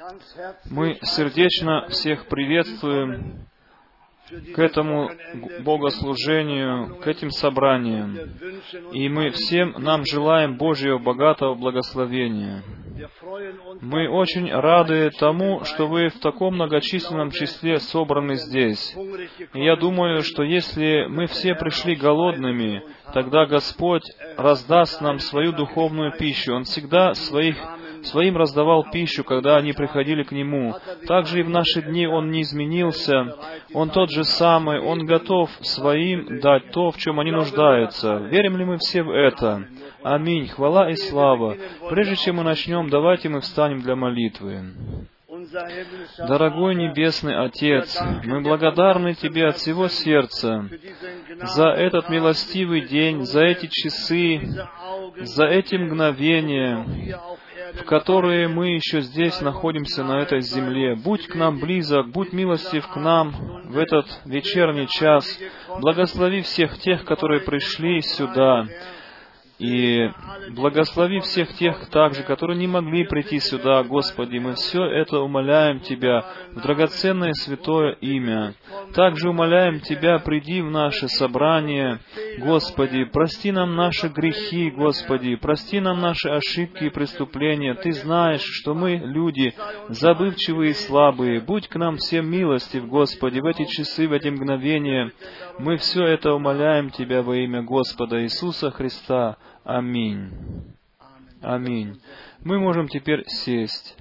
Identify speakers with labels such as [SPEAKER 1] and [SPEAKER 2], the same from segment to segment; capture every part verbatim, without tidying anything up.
[SPEAKER 1] Мы сердечно всех приветствуем к этому богослужению, к этим собраниям. И мы всем нам желаем Божьего богатого благословения. Мы очень рады тому, что вы в таком многочисленном числе собраны здесь. И я думаю, что если мы все пришли голодными, тогда Господь раздаст нам свою духовную пищу. Он всегда своих Своим раздавал пищу, когда они приходили к Нему. Также и в наши дни Он не изменился. Он тот же самый. Он готов своим дать то, в чем они нуждаются. Верим ли мы все в это? Аминь. Хвала и слава. Прежде чем мы начнем, давайте мы встанем для молитвы. Дорогой Небесный Отец, мы благодарны Тебе от всего сердца за этот милостивый день, за эти часы, за эти мгновения, в которые мы еще здесь находимся на этой земле. Будь к нам близок, будь милостив к нам в этот вечерний час. Благослови всех тех, которые пришли сюда. И благослови всех тех также, которые не могли прийти сюда, Господи. Мы все это умоляем Тебя в драгоценное святое имя. Также умоляем Тебя, приди в наше собрание, Господи. Прости нам наши грехи, Господи. Прости нам наши ошибки и преступления. Ты знаешь, что мы, люди, забывчивые и слабые. Будь к нам всем милостив, Господи, в эти часы, в эти мгновения. Мы все это умоляем Тебя во имя Господа Иисуса Христа. Аминь. Аминь. Мы можем теперь сесть.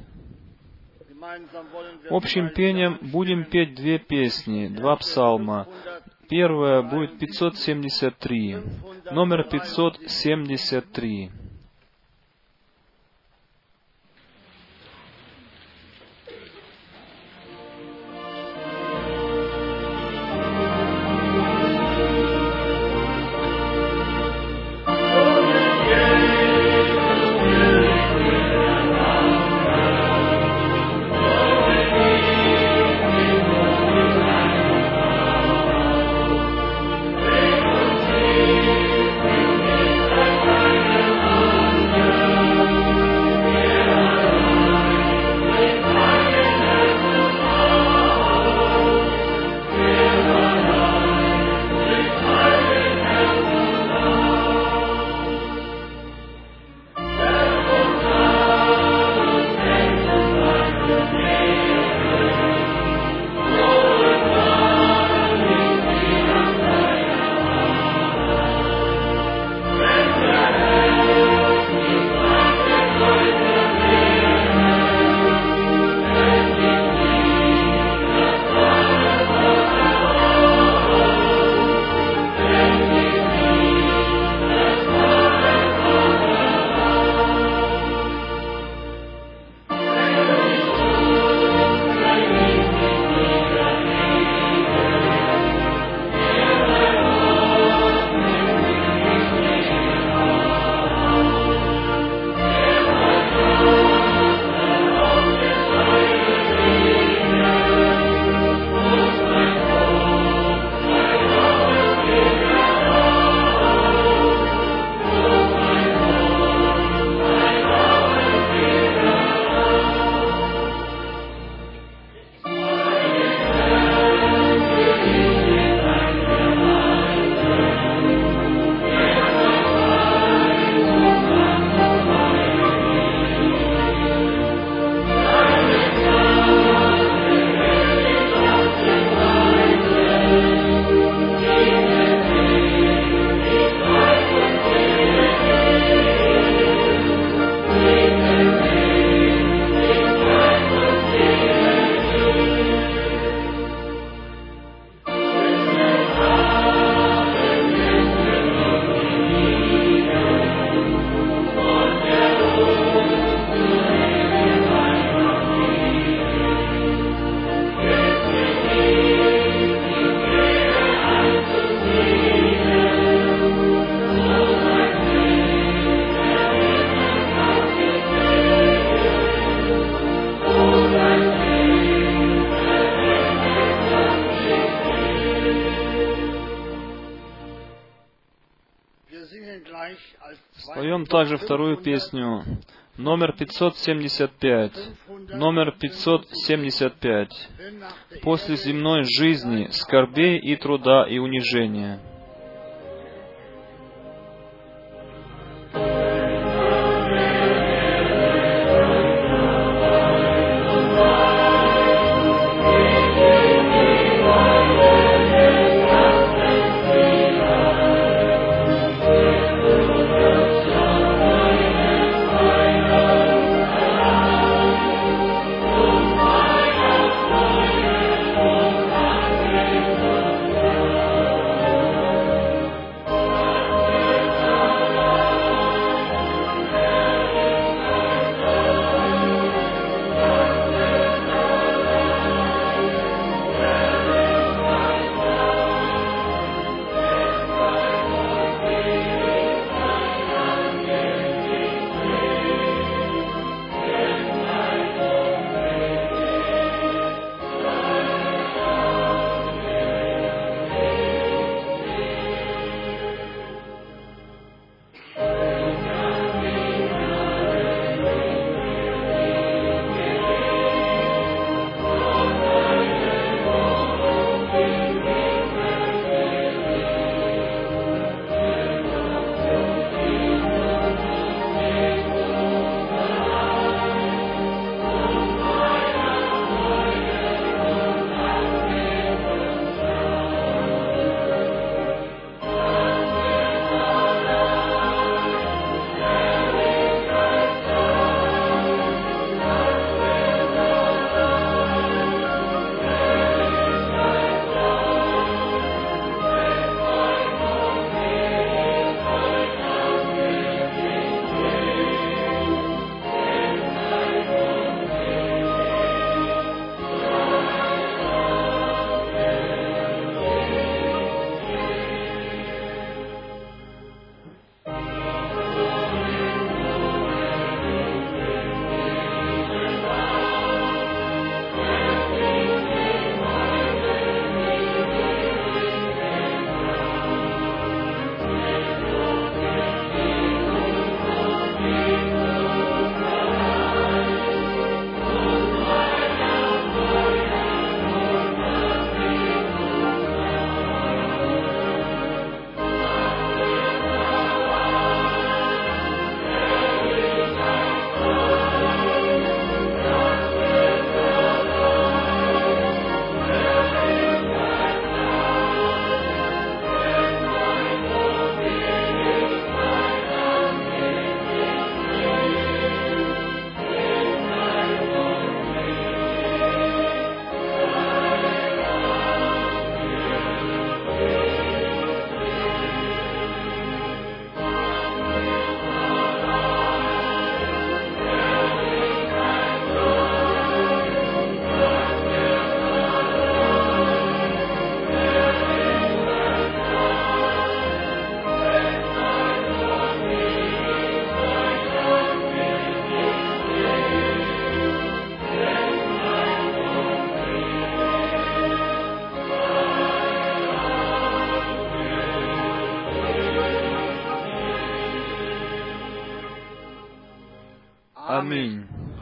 [SPEAKER 1] Общим пением будем петь две песни, два псалма. Первая будет пятьсот семьдесят три. Номер пятьсот семьдесят три.
[SPEAKER 2] Oh
[SPEAKER 1] Споем также вторую песню, номер пятьсот семьдесят пять. Номер пятьсот семьдесят пять. После земной жизни, скорбей и труда и унижения. Аминь.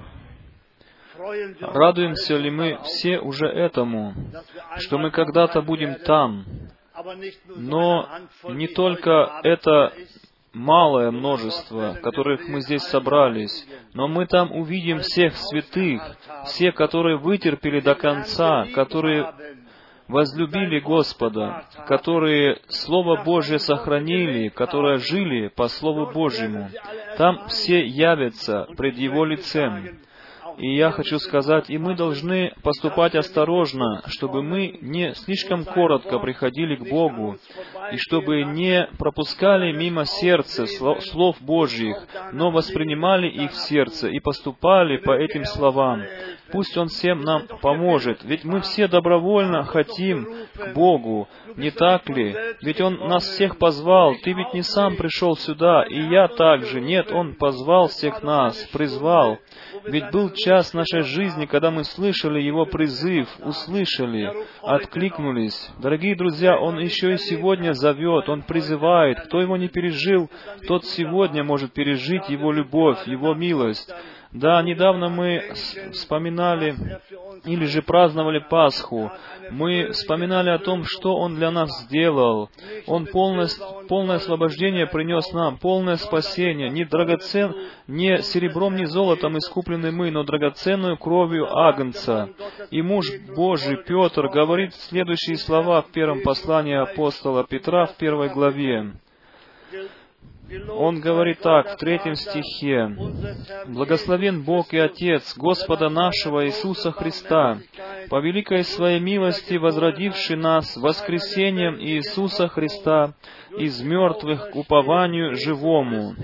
[SPEAKER 1] Радуемся ли мы все уже этому, что мы когда-то будем там, но не только это малое множество, которых мы здесь собрались, но мы там увидим всех святых, все, которые вытерпели до конца, которые возлюбили Господа, которые Слово Божье сохранили, которые жили по Слову Божьему. Там все явятся пред Его лицем. И я хочу сказать, и мы должны поступать осторожно, чтобы мы не слишком коротко приходили к Богу, и чтобы не пропускали мимо сердца слов Божьих, но воспринимали их в сердце и поступали по этим словам. Пусть Он всем нам поможет, ведь мы все добровольно хотим к Богу, не так ли? Ведь Он нас всех позвал, ты ведь не сам пришел сюда, и я также. Нет, Он позвал всех нас, призвал. Ведь был час нашей жизни, когда мы слышали Его Его призыв, услышали, откликнулись. Дорогие друзья, Он еще и сегодня зовет, Он призывает. Кто Его не пережил, тот сегодня может пережить Его любовь, Его милость. Да, недавно мы вспоминали или же праздновали Пасху. Мы вспоминали о том, что Он для нас сделал. Он полное, полное освобождение принес нам, полное спасение. Не драгоцен, не серебром, не золотом искуплены мы, но драгоценную кровью Агнца. И муж Божий Петр говорит следующие слова в первом послании апостола Петра в первой главе. Он говорит так, в третьем стихе. «Благословен Бог и Отец Господа нашего Иисуса Христа, по великой Своей милости возродивший нас воскресением Иисуса Христа из мертвых к упованию живому».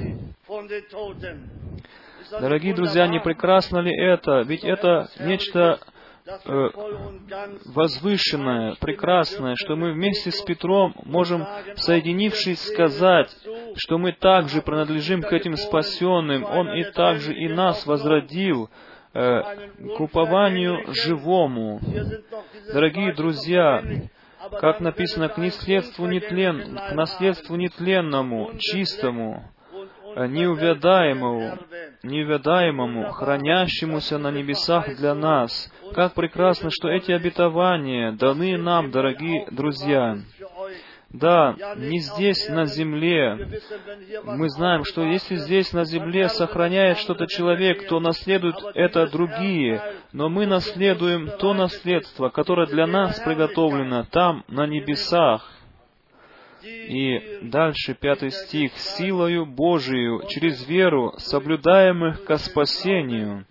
[SPEAKER 1] Дорогие друзья, не прекрасно ли это? Ведь это нечто э, возвышенное, прекрасное, что мы вместе с Петром можем, соединившись, сказать, что мы также принадлежим к этим спасенным. Он и также и нас возродил э, к упованию живому. Дорогие друзья, как написано, к наследству нетлен, к наследству нетленному, чистому, неувядаемому, неувядаемому, хранящемуся на небесах для нас. Как прекрасно, что эти обетования даны нам, дорогие друзья. Да, не здесь, на земле. Мы знаем, что если здесь, на земле, сохраняет что-то человек, то наследуют это другие. Но мы наследуем то наследство, которое для нас приготовлено там, на небесах. И дальше, пятый стих. «Силою Божию, через веру, соблюдаемых ко спасению».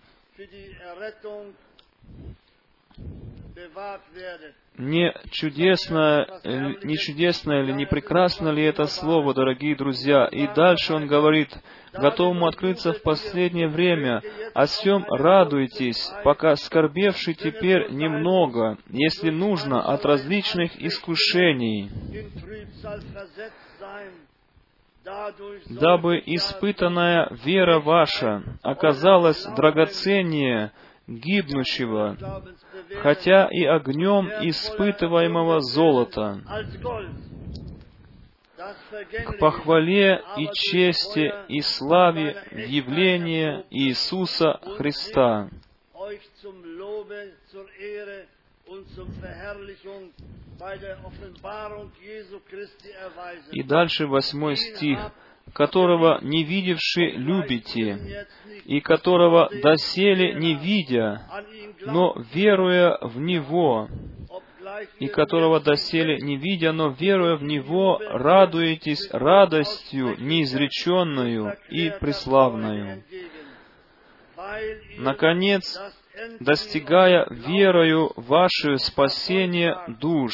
[SPEAKER 1] Не чудесно, не чудесно ли, не прекрасно ли это слово, дорогие друзья? И дальше он говорит, готовому открыться в последнее время, о сем радуйтесь, пока скорбевший теперь немного, если нужно, от различных искушений, дабы испытанная вера ваша оказалась драгоценнее гибнущего, хотя и огнем испытываемого золота, к похвале и чести и славе в явлении Иисуса Христа. И дальше восьмой стих. «Которого не видевши любите, и которого доселе не видя, но веруя в Него, и которого доселе не видя, но веруя в Него, радуетесь радостью неизреченную и преславную. Наконец, достигая верою ваше спасение душ».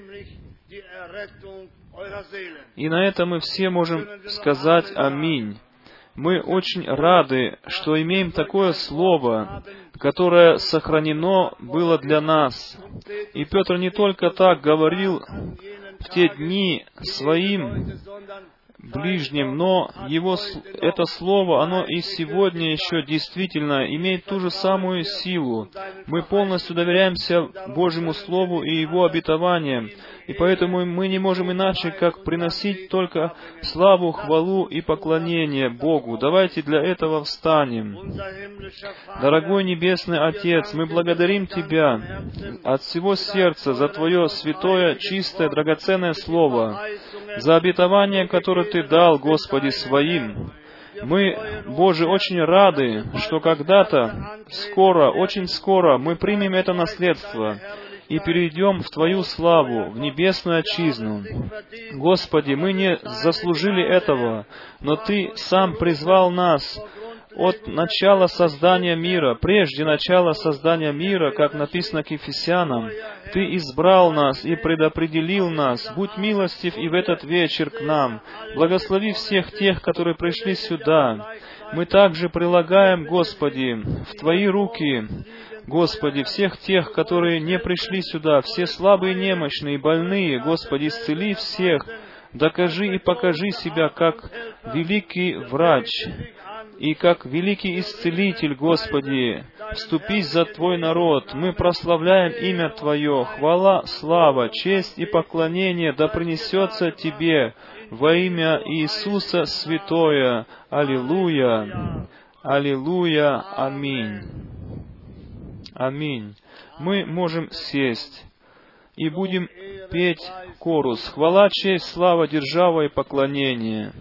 [SPEAKER 1] И на это мы все можем сказать «Аминь». Мы очень рады, что имеем такое слово, которое сохранено было для нас. И Петр не только так говорил в те дни своим ближним, но его, это слово, оно и сегодня еще действительно имеет ту же самую силу. Мы полностью доверяемся Божьему Слову и Его обетованиям, и поэтому мы не можем иначе, как приносить только славу, хвалу и поклонение Богу. Давайте для этого встанем. Дорогой Небесный Отец, мы благодарим Тебя от всего сердца за Твое святое, чистое, драгоценное Слово, за обетование, которое Ты дал, Господи, Своим. Мы, Боже, очень рады, что когда-то, скоро, очень скоро мы примем это наследство и перейдем в Твою славу, в небесную отчизну. Господи, мы не заслужили этого, но Ты сам призвал нас от начала создания мира, прежде начала создания мира, как написано к Ефесянам. Ты избрал нас и предопределил нас. Будь милостив и в этот вечер к нам. Благослови всех тех, которые пришли сюда. Мы также прилагаем, Господи, в Твои руки, Господи, всех тех, которые не пришли сюда, все слабые, немощные, больные, Господи, исцели всех. Докажи и покажи себя как великий врач и как великий исцелитель, Господи. Вступись за Твой народ. Мы прославляем имя Твое. Хвала, слава, честь и поклонение да принесется Тебе во имя Иисуса Святое. Аллилуйя! Аллилуйя! Аминь! Аминь! Мы можем сесть и будем петь хорус. Хвала, честь, слава, держава и поклонение.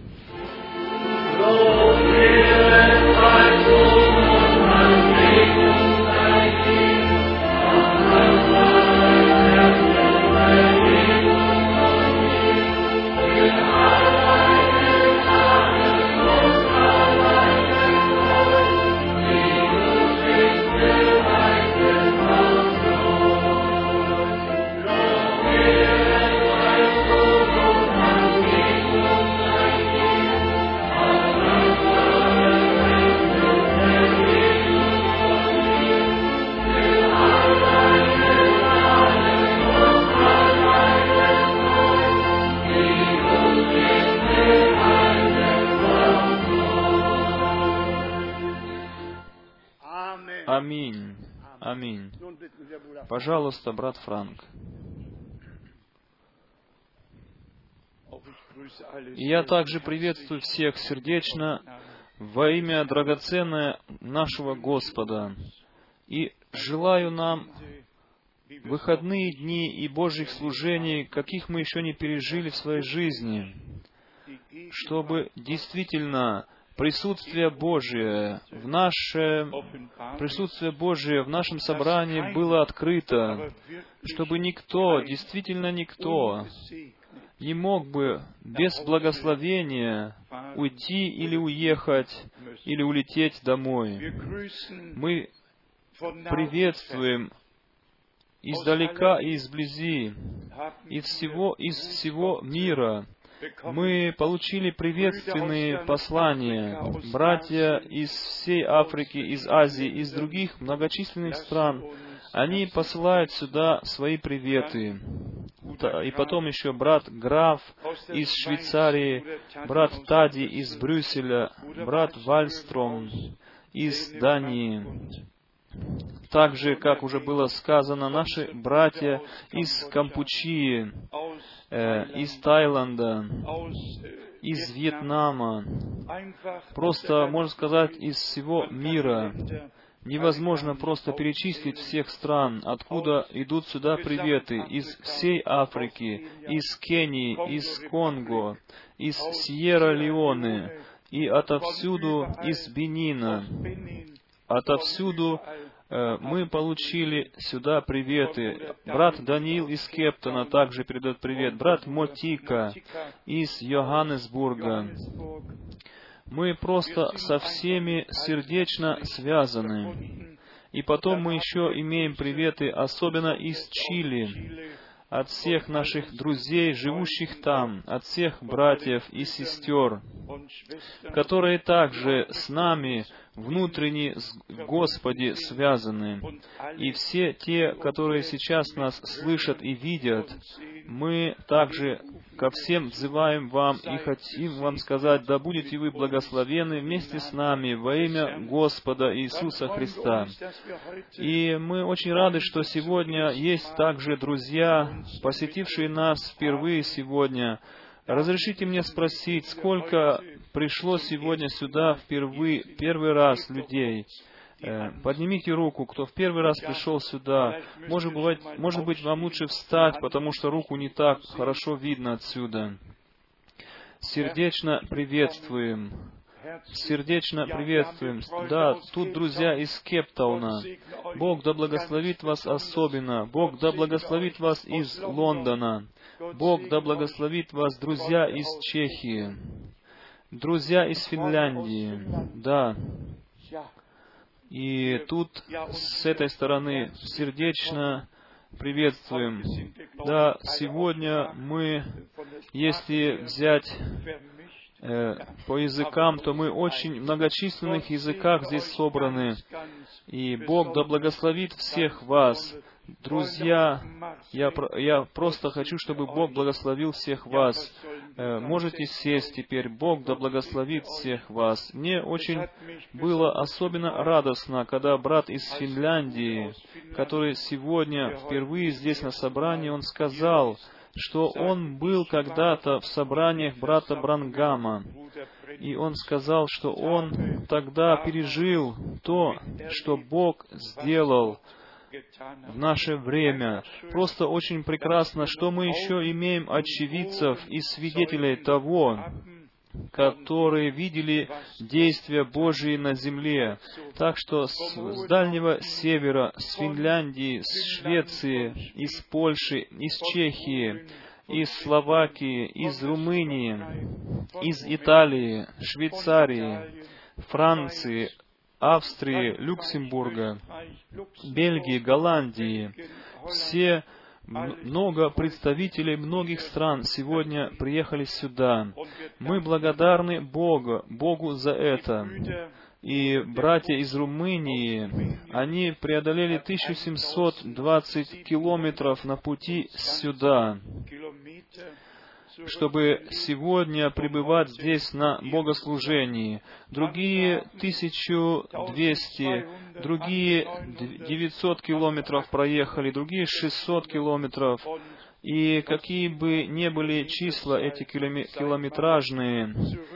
[SPEAKER 1] Аминь. Аминь. Пожалуйста, брат Франк. И я также приветствую всех сердечно во имя драгоценное нашего Господа. И желаю нам выходные дни и Божьих служений, каких мы еще не пережили в своей жизни, чтобы действительно присутствие Божие в наше, присутствие Божие в нашем собрании было открыто, чтобы никто, действительно никто, не мог бы без благословения уйти или уехать, или улететь домой. Мы приветствуем издалека и изблизи, из всего, из всего мира. Мы получили приветственные послания. Братья из всей Африки, из Азии, из других многочисленных стран, они посылают сюда свои приветы. И потом еще брат Граф из Швейцарии, брат Тади из Брюсселя, брат Вальстром из Дании. Также, как уже было сказано, наши братья из Кампучии, э, из Таиланда, из Вьетнама, просто, можно сказать, из всего мира. Невозможно просто перечислить всех стран, откуда идут сюда приветы, из всей Африки, из Кении, из Конго, из Сьерра-Леоне, и отовсюду из Бенина. Отовсюду э, мы получили сюда приветы. Брат Даниил из Кептона также передает привет. Брат Мотика из Йоханнесбурга. Мы просто со всеми сердечно связаны. И потом мы еще имеем приветы, особенно из Чили, от всех наших друзей, живущих там, от всех братьев и сестер, которые также с нами внутренне в Господе связаны. И все те, которые сейчас нас слышат и видят, мы также ко всем взываем вам и хотим вам сказать, да будете вы благословены вместе с нами во имя Господа Иисуса Христа. И мы очень рады, что сегодня есть также друзья, посетившие нас впервые сегодня. Разрешите мне спросить, сколько пришло сегодня сюда впервые, первый раз людей? Поднимите руку, кто в первый раз пришел сюда. Может быть, может быть, вам лучше встать, потому что руку не так хорошо видно отсюда. Сердечно приветствуем. Сердечно приветствуем. Да, тут друзья из Кейптауна. Бог да благословит вас особенно. Бог да благословит вас из Лондона. Бог да благословит вас, друзья из Чехии. Друзья из Финляндии. Да. И тут, с этой стороны, сердечно приветствуем. Да, сегодня мы, если взять э, по языкам, то мы очень многочисленных языках здесь собраны. И Бог да благословит всех вас. Друзья, я, я просто хочу, чтобы Бог благословил всех вас. Можете сесть теперь. Бог да благословит всех вас. Мне очень было особенно радостно, когда брат из Финляндии, который сегодня впервые здесь на собрании, он сказал, что он был когда-то в собраниях брата Бранхама. И он сказал, что он тогда пережил то, что Бог сделал в наше время. Просто очень прекрасно, что мы еще имеем очевидцев и свидетелей того, которые видели действия Божьи на земле. Так что с, с Дальнего Севера, с Финляндии, с Швеции, из Польши, из Чехии, из Словакии, из Румынии, из Италии, Швейцарии, Франции, Австрии, Люксембурга, Бельгии, Голландии. Все, много представителей многих стран сегодня приехали сюда. Мы благодарны Богу, Богу за это. И братья из Румынии, они преодолели тысячу семьсот двадцать километров на пути сюда, чтобы сегодня пребывать здесь на богослужении. Другие тысячу двести, другие девятьсот километров проехали, другие шестьсот километров. И какие бы ни были числа эти километражные,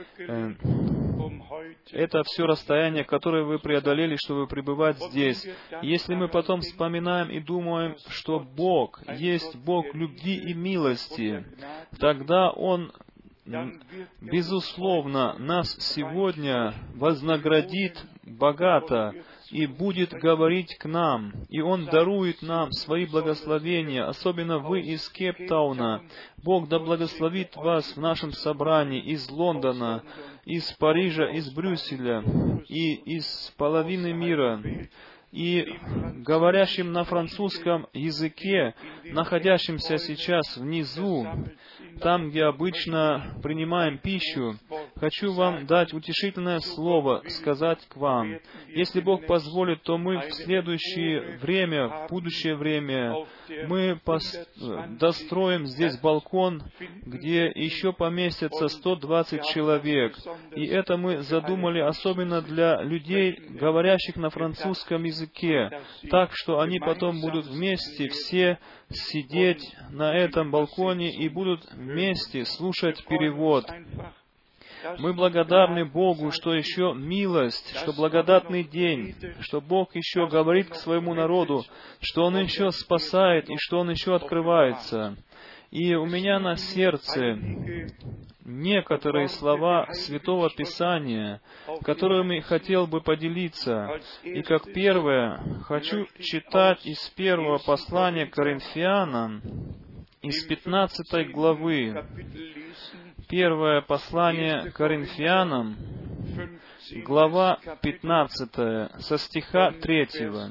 [SPEAKER 1] это все расстояние, которое вы преодолели, чтобы пребывать здесь. Если мы потом вспоминаем и думаем, что Бог есть Бог любви и милости, тогда Он, безусловно, нас сегодня вознаградит богато и будет говорить к нам, и Он дарует нам свои благословения, особенно вы из Кейптауна. Бог да благословит вас в нашем собрании из Лондона, из Парижа, из Брюсселя и из половины мира. И говорящим на французском языке, находящимся сейчас внизу, там, где обычно принимаем пищу, хочу вам дать утешительное слово, сказать к вам. Если Бог позволит, то мы в следующее время, в будущее время, мы пос- достроим здесь балкон, где еще поместится сто двадцать человек. И это мы задумали особенно для людей, говорящих на французском языке, так что они потом будут вместе все сидеть на этом балконе и будут вместе слушать перевод. Мы благодарны Богу, что еще милость, что благодатный день, что Бог еще говорит к своему народу, что Он еще спасает и что Он еще открывается. И у меня на сердце некоторые слова Святого Писания, которыми хотел бы поделиться. И как первое, хочу читать из первого послания к Коринфянам, из пятнадцатой главы. Первое послание к Коринфянам, глава пятнадцатая, со стиха третьего.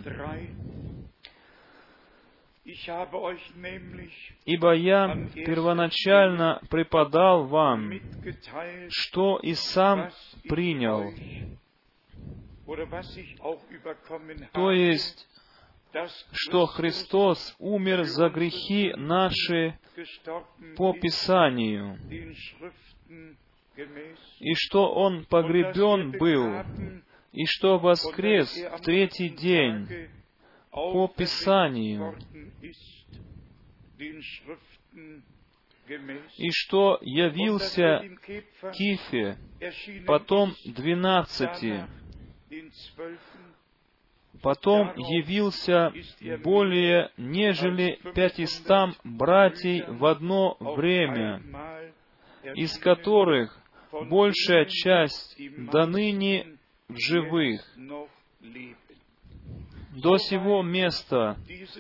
[SPEAKER 1] «Ибо я первоначально преподал вам, что и сам принял, то есть, что Христос умер за грехи наши по Писанию, и что Он погребен был, и что воскрес в третий день по Писанию, и что явился Кифе, потом двенадцати, потом явился более нежели пятистам братьей в одно время, из которых большая часть до ныне в живых. До сего места,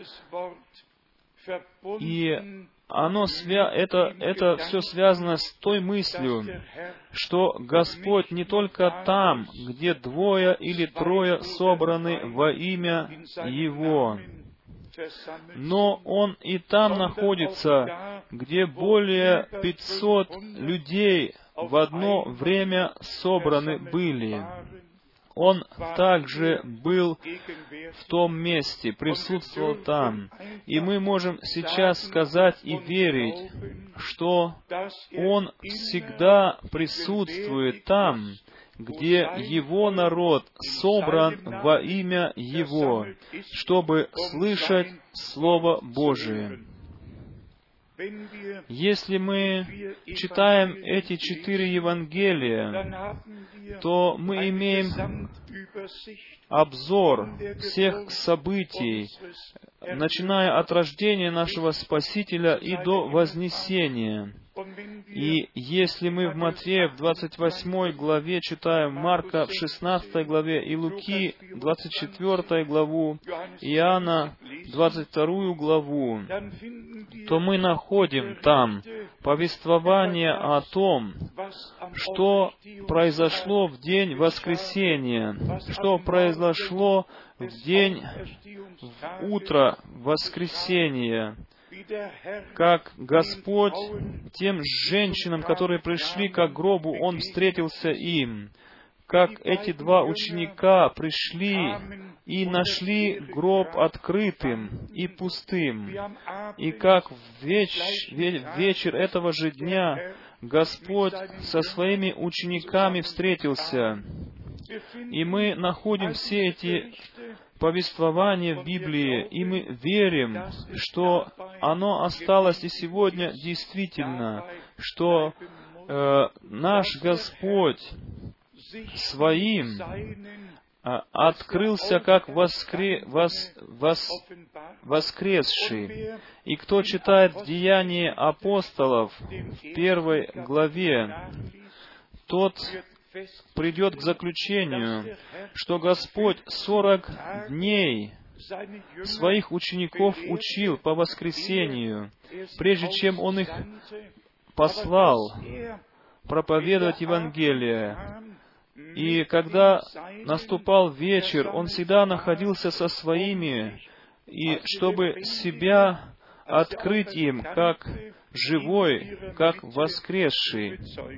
[SPEAKER 1] и оно свя... это, это все связано с той мыслью, что Господь не только там, где двое или трое собраны во имя Его, но Он и там находится, где более пятьсот людей в одно время собраны были. Он также был в том месте, присутствовал там. И мы можем сейчас сказать и верить, что Он всегда присутствует там, где Его народ собран во имя Его, чтобы слышать Слово Божие. Если мы читаем эти четыре Евангелия, то мы имеем обзор всех событий, начиная от рождения нашего Спасителя и до Вознесения. И если мы в Матфея в двадцать восьмой главе читаем, Марка в шестнадцатой главе и Луки двадцать четвёртую главу, Иоанна двадцать вторую главу, то мы находим там повествование о том, что произошло в день воскресения, что произошло в день, в утро воскресения, как Господь тем женщинам, которые пришли к гробу, Он встретился им, как эти два ученика пришли и нашли гроб открытым и пустым, и как в веч, вечер этого же дня Господь со своими учениками встретился. И мы находим все эти повествование в Библии, и мы верим, что оно осталось и сегодня действительно, что э, наш Господь Своим э, открылся как воскре, вос, вос, воскресший. И кто читает Деяния апостолов в первой главе, тот придет к заключению, что Господь сорок дней своих учеников учил по воскресению, прежде чем Он их послал проповедовать Евангелие. И когда наступал вечер, Он всегда находился со своими, и чтобы себя открыть им как живой, как воскресший.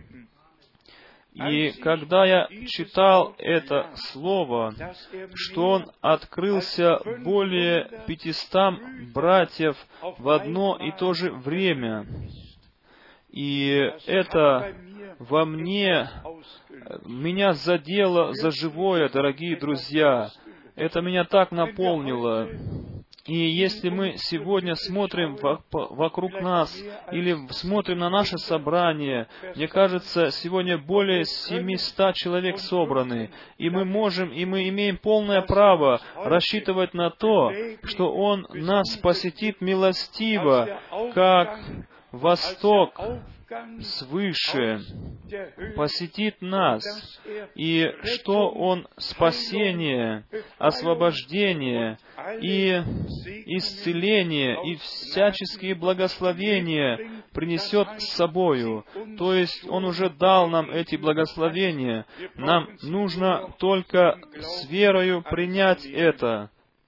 [SPEAKER 1] И когда я читал это слово, что Он открылся более пятистам братьев в одно и то же время, и это во мне, меня задело за живое, дорогие друзья. Это меня так наполнило. И если мы сегодня смотрим вокруг нас или смотрим на наше собрание, мне кажется, сегодня более семисот человек собраны, и мы можем, и мы имеем полное право рассчитывать на то, что Он нас посетит милостиво, как восток свыше посетит нас, и что Он спасение, освобождение и исцеление и всяческие благословения принесет с собою. То есть Он уже дал нам эти благословения. Нам нужно только с верою принять это.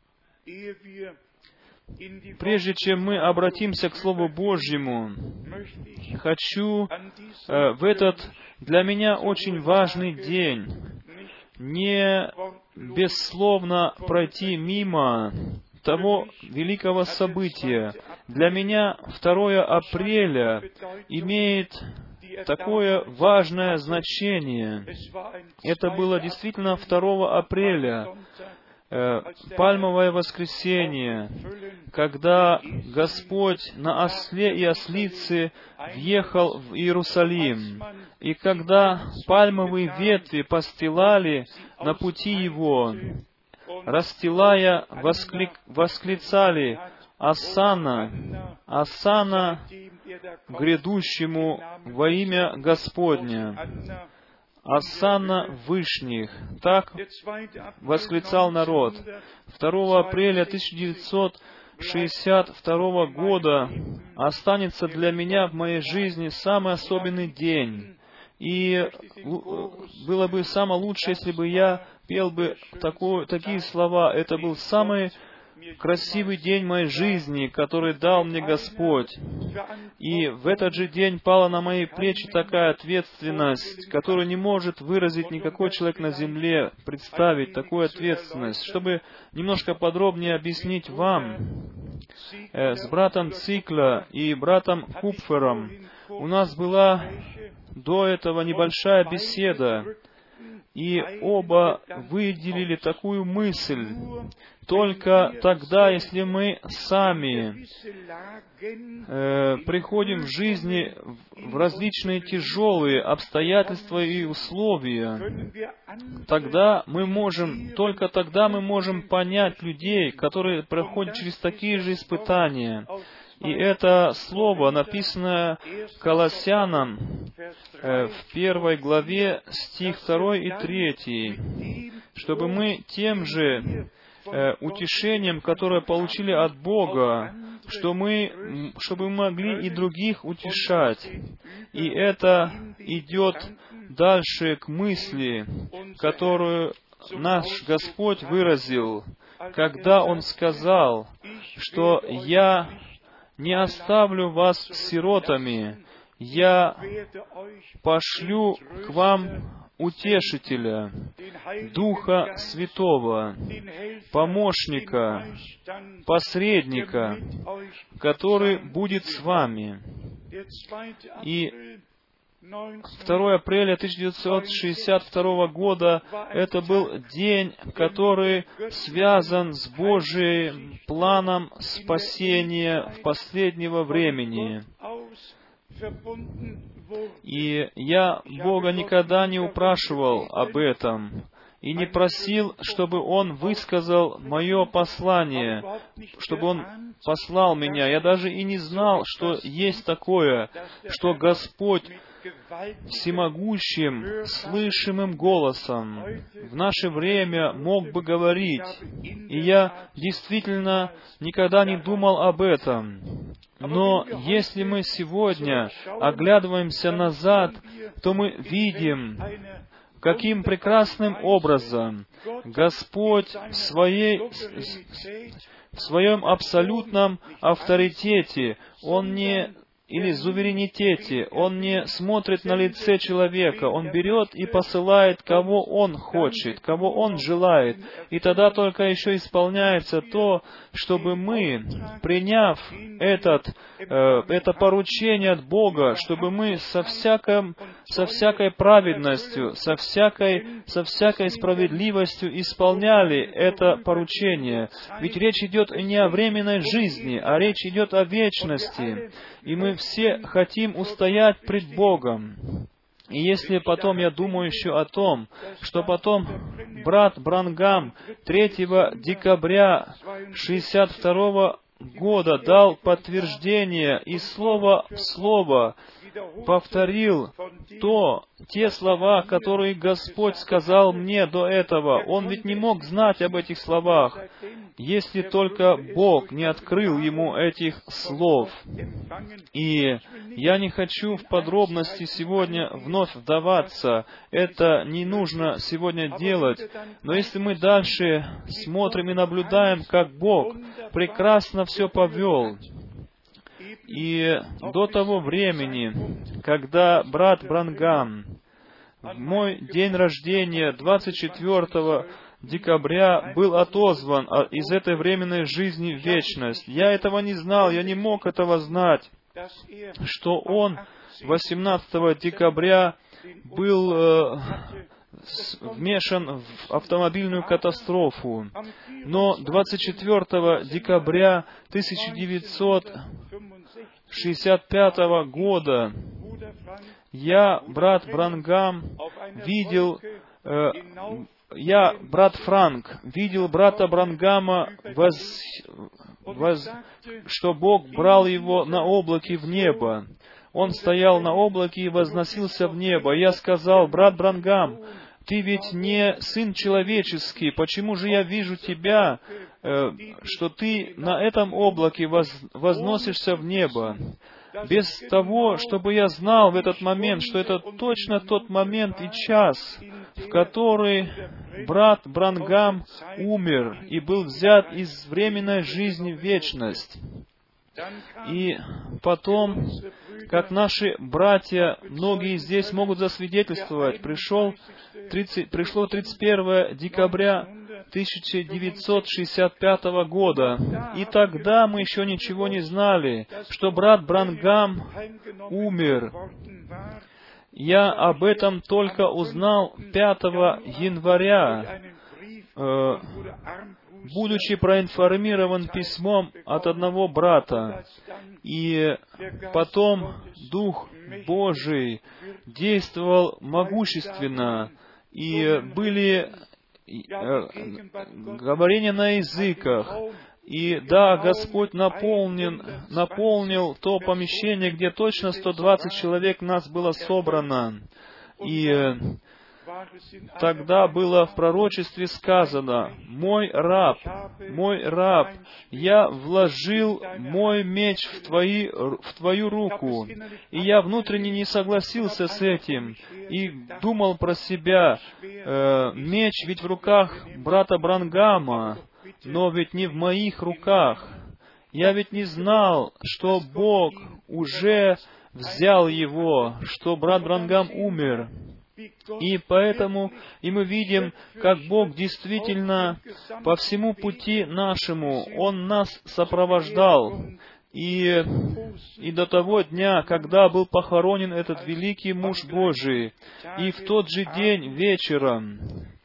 [SPEAKER 1] Прежде чем мы обратимся к Слову Божьему, хочу э, в этот для меня очень важный день не бессловно пройти мимо того великого события. Для меня второе апреля имеет такое важное значение. Это было действительно второго апреля, Пальмовое воскресенье, когда Господь на осле и ослице въехал в Иерусалим, и когда пальмовые ветви постилали на пути Его, расстилая, восклик, восклицали «Осанна! Осанна грядущему во имя Господня! Осанна вышних!» Так восклицал народ. второго апреля тысяча девятьсот шестьдесят второго года останется для меня в моей жизни самый особенный день. И было бы самое лучшее, если бы я пел бы такое, такие слова. Это был самый красивый день моей жизни, который дал мне Господь. И в этот же день пала на мои плечи такая ответственность, которую не может выразить никакой человек на земле, представить такую ответственность. Чтобы немножко подробнее объяснить вам, э, с братом Цикла и братом Купфером у нас была до этого небольшая беседа, и оба выделили такую мысль: только тогда, если мы сами э, приходим в жизни в различные тяжелые обстоятельства и условия, тогда мы можем, только тогда мы можем понять людей, которые проходят через такие же испытания. И это слово, написанное Колоссянам э, в первой главе, стих второй и третий, чтобы мы тем же э, утешением, которое получили от Бога, что мы, чтобы мы могли и других утешать. И это идет дальше к мысли, которую наш Господь выразил, когда Он сказал, что «Я не оставлю вас сиротами, я пошлю к вам Утешителя, Духа Святого, Помощника, Посредника, который будет с вами». И второго апреля тысяча девятьсот шестьдесят второго года это был день, который связан с Божьим планом спасения в последнего времени. И я Бога никогда не упрашивал об этом и не просил, чтобы Он высказал мое послание, чтобы Он послал меня. Я даже и не знал, что есть такое, что Господь всемогущим, слышимым голосом в наше время мог бы говорить. И я действительно никогда не думал об этом. Но если мы сегодня оглядываемся назад, то мы видим, каким прекрасным образом Господь в, своей, в своем абсолютном авторитете, Он не или суверенитете, Он не смотрит на лице человека, Он берет и посылает, кого Он хочет, кого Он желает. И тогда только еще исполняется то, чтобы мы, приняв этот, э, это поручение от Бога, чтобы мы со, всяком, со всякой праведностью, со всякой, со всякой справедливостью исполняли это поручение. Ведь речь идет не о временной жизни, а речь идет о вечности. И мы все хотим устоять пред Богом. И если потом я думаю еще о том, что потом брат Бранхам третьего декабря шестьдесят второго года дал подтверждение и слово в слово повторил то, те слова, которые Господь сказал мне до этого. Он ведь не мог знать об этих словах, если только Бог не открыл ему этих слов. И я не хочу в подробности сегодня вновь вдаваться. Это не нужно сегодня делать. Но если мы дальше смотрим и наблюдаем, как Бог прекрасно все повел, и до того времени, когда брат Бранхам в мой день рождения, двадцать четвёртого декабря, был отозван из этой временной жизни в вечность, я этого не знал, я не мог этого знать, что он восемнадцатого декабря был э, вмешан в автомобильную катастрофу. Но двадцать четвёртого декабря тысяча девятьсот шестьдесят пятого года я, брат Бранхам, видел, э, я, брат Франк, видел брата Бранхама, воз, воз, что Бог брал его на облаке в небо. Он стоял на облаке и возносился в небо. Я сказал: брат Бранхам, ты ведь не сын человеческий, почему же я вижу тебя, э, что ты на этом облаке воз, возносишься в небо? Без того, чтобы я знал в этот момент, что это точно тот момент и час, в который брат Бранхам умер и был взят из временной жизни в вечность. И потом, как наши братья, многие здесь могут засвидетельствовать, пришел, тридцать, пришло тридцать первое декабря тысяча девятьсот шестьдесят пятого года, и тогда мы еще ничего не знали, что брат Бранхам умер. Я об этом только узнал пятого января, э, будучи проинформирован письмом от одного брата. И потом Дух Божий действовал могущественно, и были э, говорения на языках. И да, Господь наполнен, наполнил то помещение, где точно сто двадцать человек нас было собрано. И тогда было в пророчестве сказано: «Мой раб, мой раб, я вложил мой меч в, твои, в твою руку». И я внутренне не согласился с этим и думал про себя: э, меч ведь в руках брата Бранхама, но ведь не в моих руках. Я ведь не знал, что Бог уже взял его, что брат Бранхам умер. И поэтому и мы видим, как Бог действительно по всему пути нашему, Он нас сопровождал. И, и до того дня, когда был похоронен этот великий муж Божий, и в тот же день вечером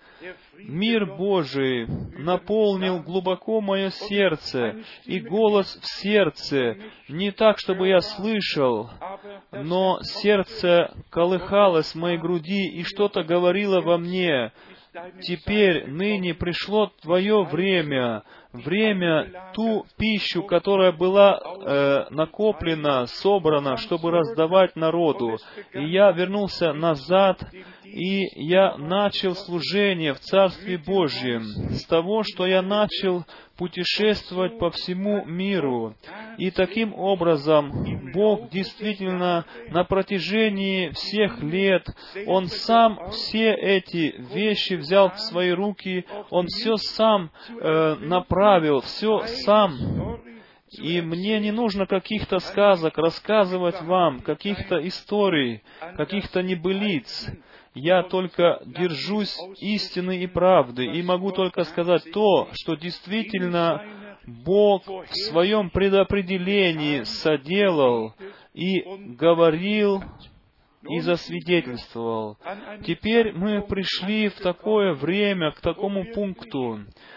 [SPEAKER 1] мир Божий наполнил глубоко мое сердце, и голос в сердце, не так, чтобы я слышал, но сердце колыхалось в моей груди, и что-то говорило во мне: «Теперь, ныне пришло твое время, время, ту пищу, которая была э, накоплена, собрана, чтобы раздавать народу». И я вернулся назад, и я начал служение в Царстве Божьем с того, что я начал путешествовать по всему миру. И таким образом Бог действительно на протяжении всех лет, Он сам все эти вещи взял в свои руки, Он все сам э, направил, все сам. И мне не нужно каких-то сказок рассказывать вам, каких-то историй, каких-то небылиц. Я только держусь истины и правды, и могу только сказать то, что действительно Бог в Своем предопределении соделал и говорил и засвидетельствовал. Теперь мы пришли в такое время, к такому пункту,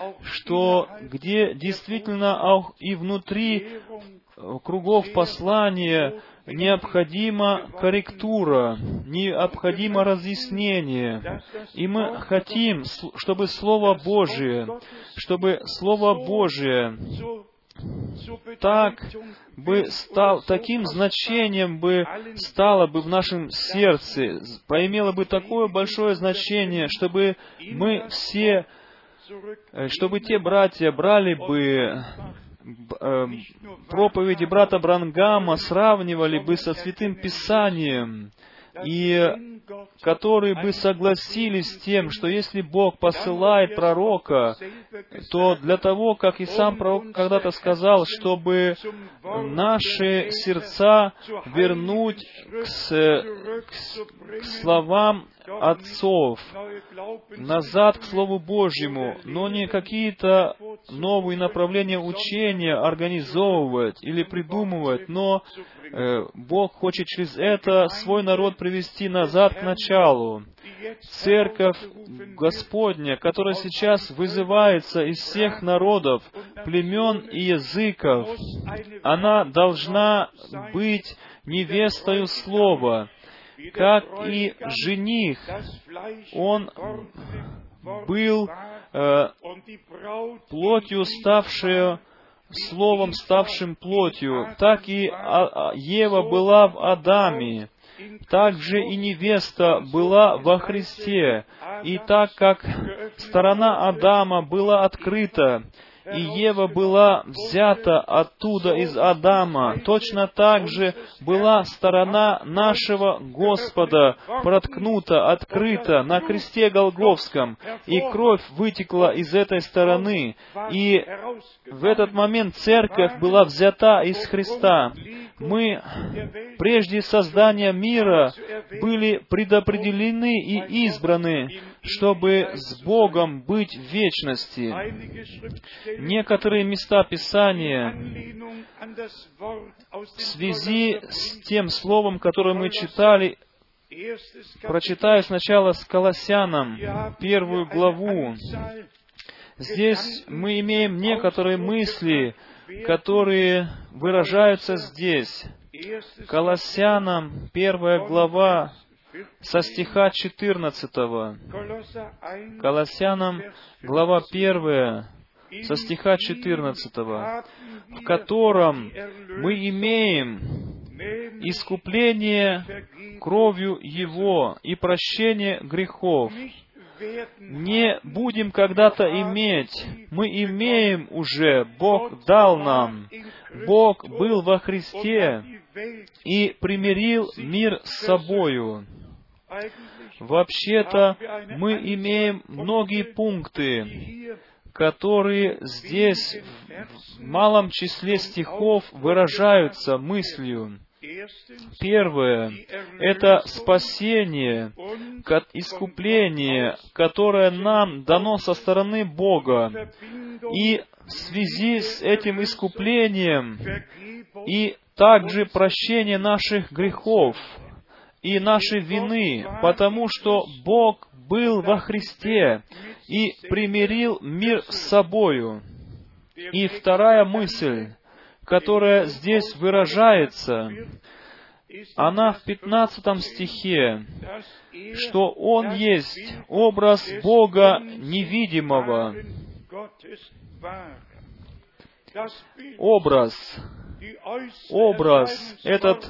[SPEAKER 1] что где действительно и внутри кругов послания необходима корректура, необходимо разъяснение. И мы хотим, чтобы Слово Божие, чтобы Слово Божие так бы стал, таким значением бы стало бы в нашем сердце, поимело бы такое большое значение, чтобы мы все, чтобы те братья брали бы проповеди брата Бранхама, сравнивали бы со Святым Писанием, и которые бы согласились с тем, что если Бог посылает пророка, то для того, как и сам пророк когда-то сказал, чтобы наши сердца вернуть к, к, к словам отцов, назад к Слову Божьему, но не какие-то новые направления учения организовывать или придумывать, но э, Бог хочет через это свой народ привести назад к началу. Церковь Господня, которая сейчас вызывается из всех народов, племен и языков, она должна быть невестою Слова, как и жених. Он был э, плотью, ставшей Словом, ставшим плотью, так и Ева была в Адаме. Также и невеста была во Христе. И так как сторона Адама была открыта, и Ева была взята оттуда из Адама, точно так же была сторона нашего Господа проткнута, открыта на кресте Голгофском, и кровь вытекла из этой стороны, и в этот момент церковь была взята из Христа. Мы прежде создания мира были предопределены и избраны, чтобы с Богом быть в вечности. Некоторые места Писания в связи с тем словом, которое мы читали, прочитаю сначала с Колоссянам, первую главу. Здесь мы имеем некоторые мысли, которые выражаются здесь. Колоссянам, первая глава, со стиха четырнадцатого. Колоссянам, глава первая, со стиха четырнадцатого, в котором мы имеем искупление кровью Его и прощение грехов. Не будем когда-то иметь, мы имеем уже, Бог дал нам. Бог был во Христе и примирил мир с собою. Вообще-то мы имеем многие пункты, которые здесь в малом числе стихов выражаются мыслью. Первое — это спасение, искупление, которое нам дано со стороны Бога. И в связи с этим искуплением и также прощение наших грехов и нашей вины, потому что Бог был во Христе и примирил мир с собою. И вторая мысль, которая здесь выражается, она в пятнадцатом стихе, что Он есть образ Бога невидимого. Образ, образ, этот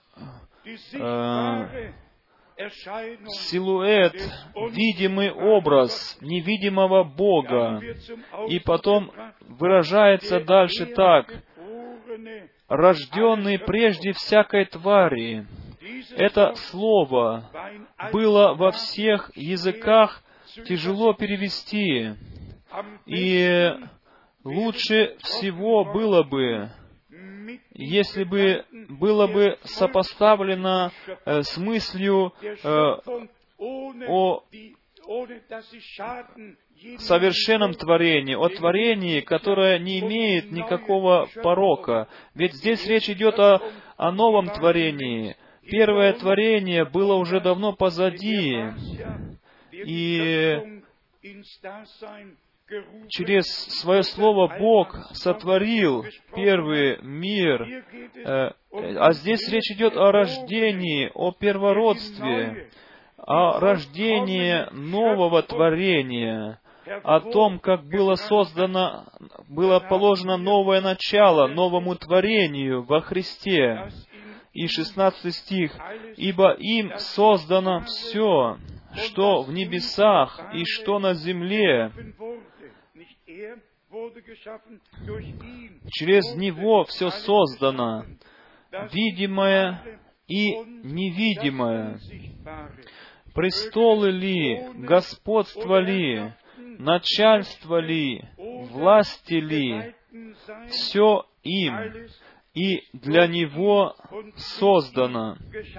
[SPEAKER 1] э, силуэт, видимый образ невидимого Бога. И потом выражается дальше так: рожденный прежде всякой твари. Это слово было во всех языках тяжело перевести. И лучше всего было бы, если бы было бы сопоставлено э, с мыслью э, о совершенном творении, о творении, которое не имеет никакого порока. Ведь здесь речь идет о, о новом творении. Первое творение было уже давно позади. И через свое слово Бог сотворил первый мир. А здесь речь идет о рождении, о первородстве, о рождении нового творения, о том, как было создано, было положено новое начало новому творению во Христе. И шестнадцатый стих: «Ибо им создано все, что в небесах и что на земле». Через Него все создано, видимое и невидимое. Престолы ли, господство ли, начальство ли, власти ли, все им и для Него создано.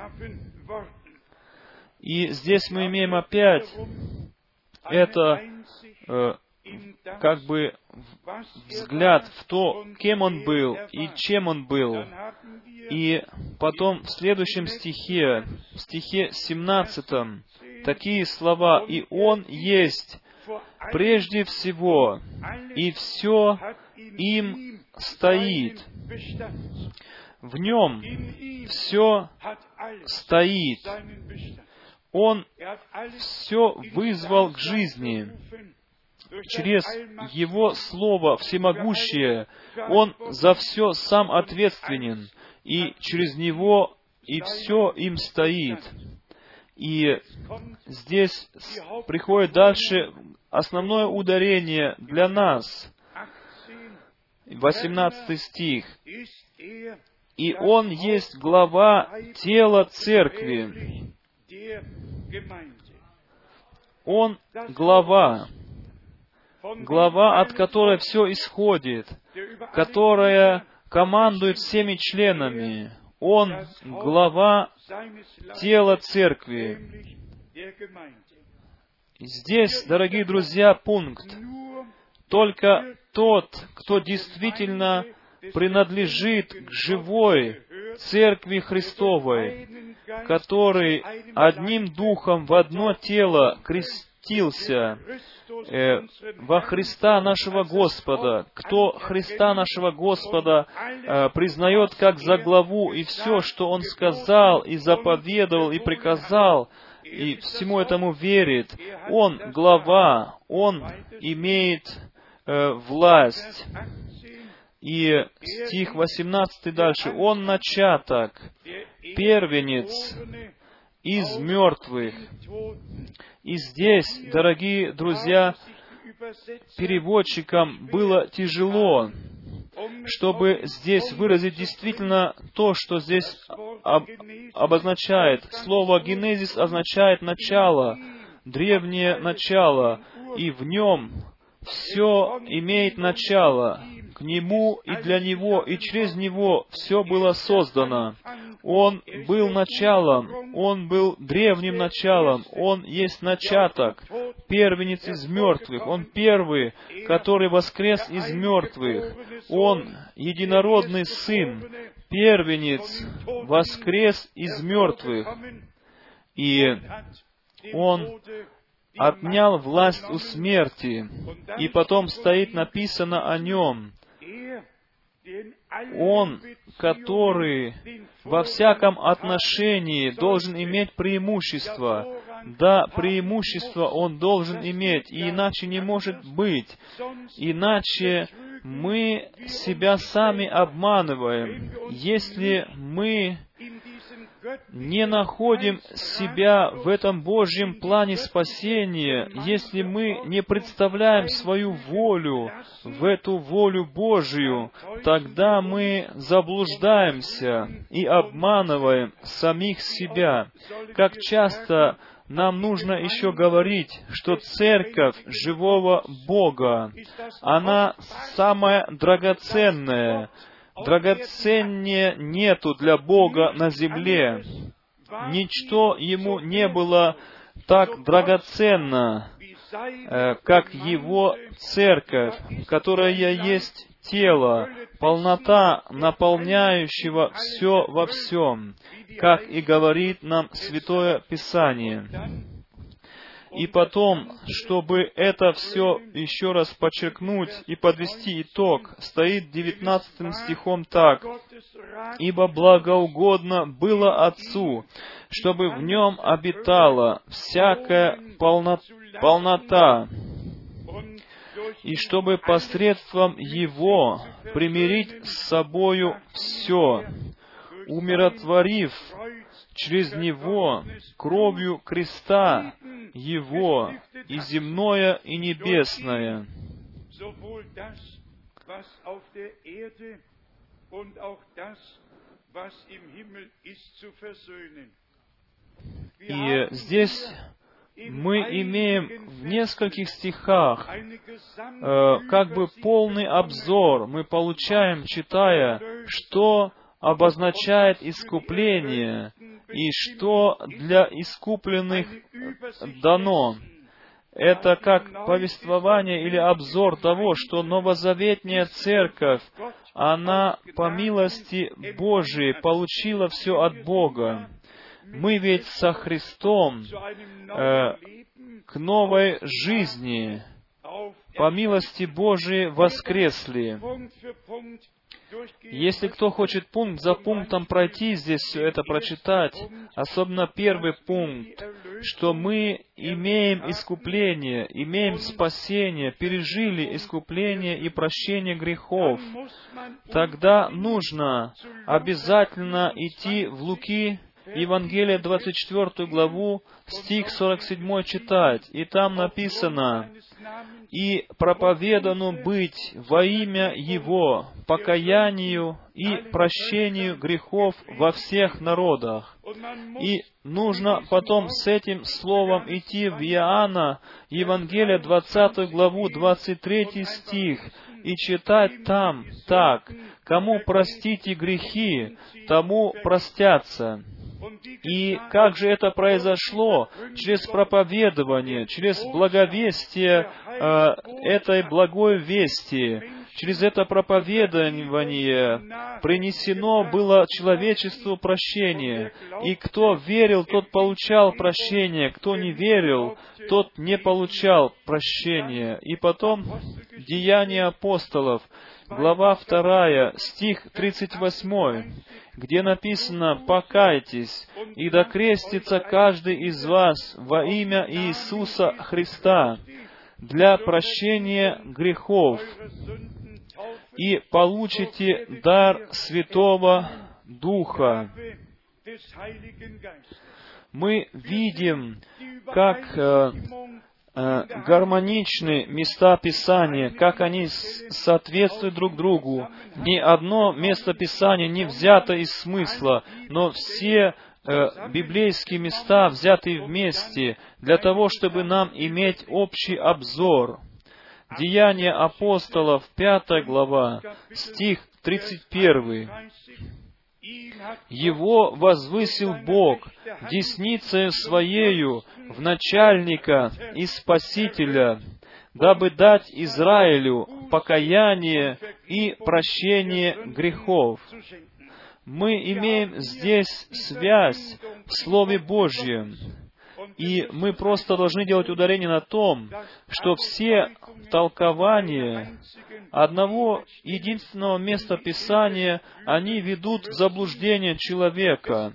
[SPEAKER 1] И здесь мы имеем опять это э, как бы взгляд в то, кем Он был и чем Он был. И потом в следующем стихе, в стихе семнадцатом, такие слова: «И Он есть прежде всего, и все им стоит». В Нем все стоит. Он все вызвал к жизни. Через Его Слово всемогущее Он за все сам ответственен, и через Него и все им стоит. И здесь приходит дальше основное ударение для нас. восемнадцатый стих. «И Он есть глава тела церкви». Он глава, глава, от которой все исходит, которая командует всеми членами. Он глава тела церкви. Здесь, дорогие друзья, пункт. Только тот, кто действительно принадлежит к живой Церкви Христовой, который одним духом в одно тело крестился э, во Христа нашего Господа, кто Христа нашего Господа э, признает как за главу, и все, что Он сказал, и заповедовал, и приказал, и всему этому верит, Он глава, Он имеет э, власть. И стих восемнадцатый дальше. «Он начаток, первенец из мертвых». И здесь, дорогие друзья, переводчикам было тяжело, чтобы здесь выразить действительно то, что здесь об, обозначает. Слово «генезис» означает «начало», древнее начало, и в нем все имеет начало. К Нему и для Него, и через Него все было создано. Он был началом, Он был древним началом, Он есть начаток, первенец из мертвых, Он первый, который воскрес из мертвых, Он единородный Сын, первенец, воскрес из мертвых, и Он отнял власть у смерти, и потом стоит написано о Нем. Он, который во всяком отношении должен иметь преимущество. Да, преимущество Он должен иметь, и иначе не может быть. Иначе мы себя сами обманываем, если мы не находим себя в этом Божьем плане спасения, если мы не представляем свою волю в эту волю Божию, тогда мы заблуждаемся и обманываем самих себя. Как часто нам нужно еще говорить, что Церковь живого Бога, она самая драгоценная. Драгоценнее нету для Бога на земле. Ничто Ему не было так драгоценно, э, как Его Церковь, которая есть тело, полнота наполняющего все во всем, как и говорит нам Святое Писание. И потом, чтобы это все еще раз подчеркнуть и подвести итог, стоит девятнадцатым стихом так: «Ибо благоугодно было Отцу, чтобы в Нем обитала всякая полно, полнота, и чтобы посредством Его примирить с собою все, умиротворив через Него кровью креста Его и земное, и небесное». И здесь мы имеем в нескольких стихах э, как бы полный обзор, мы получаем, читая, что обозначает искупление и что для искупленных дано. Это как повествование или обзор того, что новозаветная церковь, она по милости Божией получила все от Бога. Мы ведь со Христом э, к новой жизни по милости Божией воскресли. Если кто хочет пункт за пунктом пройти здесь все это, прочитать, особенно первый пункт, что мы имеем искупление, имеем спасение, пережили искупление и прощение грехов, тогда нужно обязательно идти в Луки, Евангелие двадцать четвёртую главу, стих сорок седьмой читать. И там написано: и проповедану быть во имя Его покаянию и прощению грехов во всех народах. И нужно потом с этим словом идти в Иоанна, Евангелие, двадцатую главу, двадцать третий стих, и читать там так: «Кому простите грехи, тому простятся». И как же это произошло? Через проповедование, через благовестие э, этой благой вести. Через это проповедование принесено было человечеству прощение. И кто верил, тот получал прощение. Кто не верил, тот не получал прощения. И потом Деяния апостолов, глава вторая, стих тридцать восьмой, где написано: «Покайтесь, и да крестится каждый из вас во имя Иисуса Христа для прощения грехов, и получите дар Святого Духа». Мы видим, как э, э, гармоничны места Писания, как они соответствуют друг другу. Ни одно место Писания не взято из смысла, но все э, библейские места взяты вместе для того, чтобы нам иметь общий обзор. Деяния апостолов, пятая глава, стих тридцать первый. «Его возвысил Бог десницею Своею в начальника и Спасителя, дабы дать Израилю покаяние и прощение грехов». Мы имеем здесь связь в Слове Божьем. И мы просто должны делать ударение на том, что все толкования одного единственного места Писания, они ведут в заблуждение человека.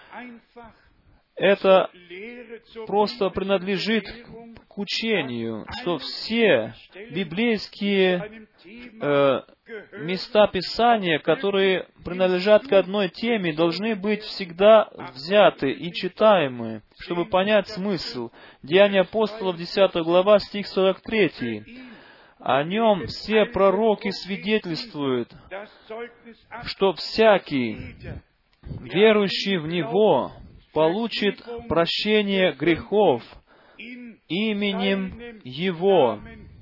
[SPEAKER 1] Это просто принадлежит к учению, что все библейские э, места Писания, которые принадлежат к одной теме, должны быть всегда взяты и читаемы, чтобы понять смысл. Деяния апостолов, десятая глава, стих сорок три. «О нем все пророки свидетельствуют, что всякий, верующий в Него, получит прощение грехов именем Его».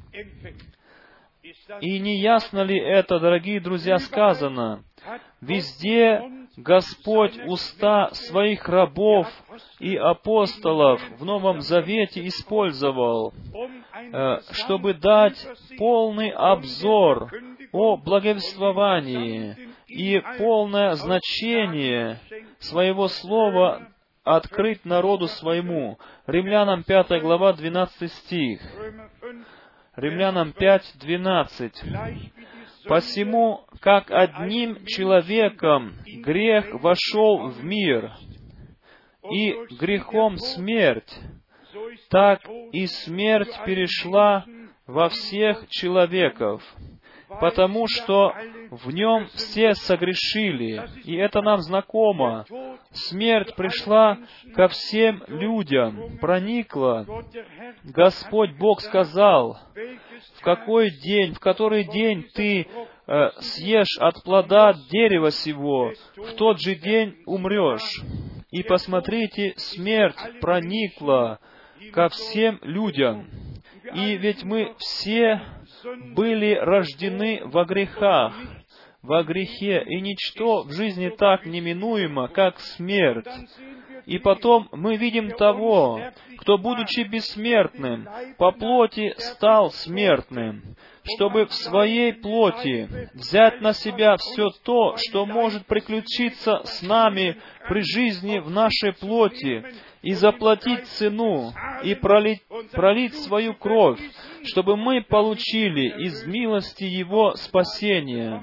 [SPEAKER 1] И не ясно ли это, дорогие друзья, сказано? Везде Господь уста Своих рабов и апостолов в Новом Завете использовал, чтобы дать полный обзор о благовествовании и полное значение Своего Слова открыть народу Своему. Римлянам пятая глава, двенадцатый стих. Римлянам пять, двенадцать. «Посему, как одним человеком грех вошел в мир, и грехом смерть, так и смерть перешла во всех человеков, потому что в нем все согрешили». И это нам знакомо. Смерть пришла ко всем людям, проникла. Господь Бог сказал: «В какой день, в который день ты э, съешь от плода дерева сего, в тот же день умрешь». И посмотрите, смерть проникла ко всем людям. И ведь мы все были рождены во грехах, во грехе, и ничто в жизни так неминуемо, как смерть. И потом мы видим того, кто, будучи бессмертным, по плоти стал смертным, чтобы в своей плоти взять на себя все то, что может приключиться с нами при жизни в нашей плоти, и заплатить цену, и пролить, пролить свою кровь, чтобы мы получили из милости Его спасения.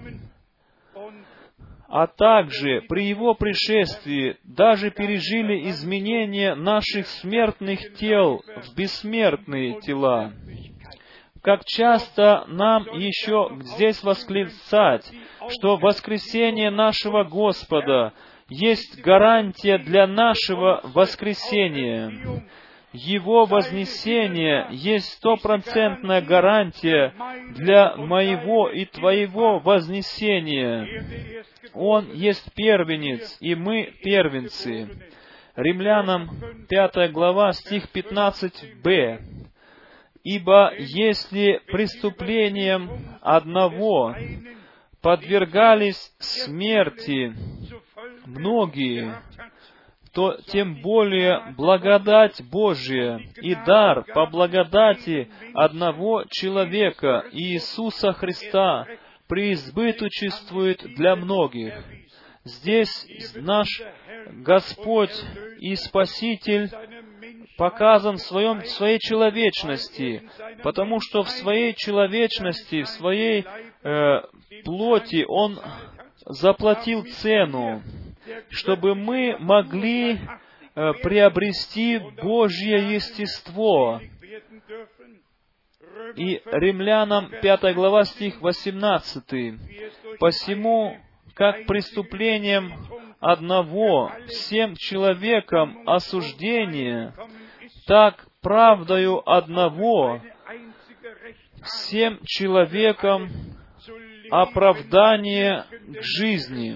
[SPEAKER 1] А также при Его пришествии даже пережили изменение наших смертных тел в бессмертные тела. Как часто нам еще здесь восклицать, что воскресение нашего Господа есть гарантия для нашего воскресения. Его вознесение есть стопроцентная гарантия для моего и Твоего вознесения. Он есть первенец, и мы первенцы. Римлянам пятая глава, стих пятнадцать бэ. «Ибо если преступлением одного подвергались смерти многие, то тем более благодать Божия и дар по благодати одного человека, Иисуса Христа, преизбыточествует для многих». Здесь наш Господь и Спаситель показан в, своем, в своей человечности, потому что в своей человечности, в своей э, плоти Он заплатил цену, чтобы мы могли э, приобрести Божье естество. И Римлянам пятая глава, стих восемнадцатый. «Посему, как преступлением одного всем человекам осуждение, так правдою одного всем человекам оправдание к жизни».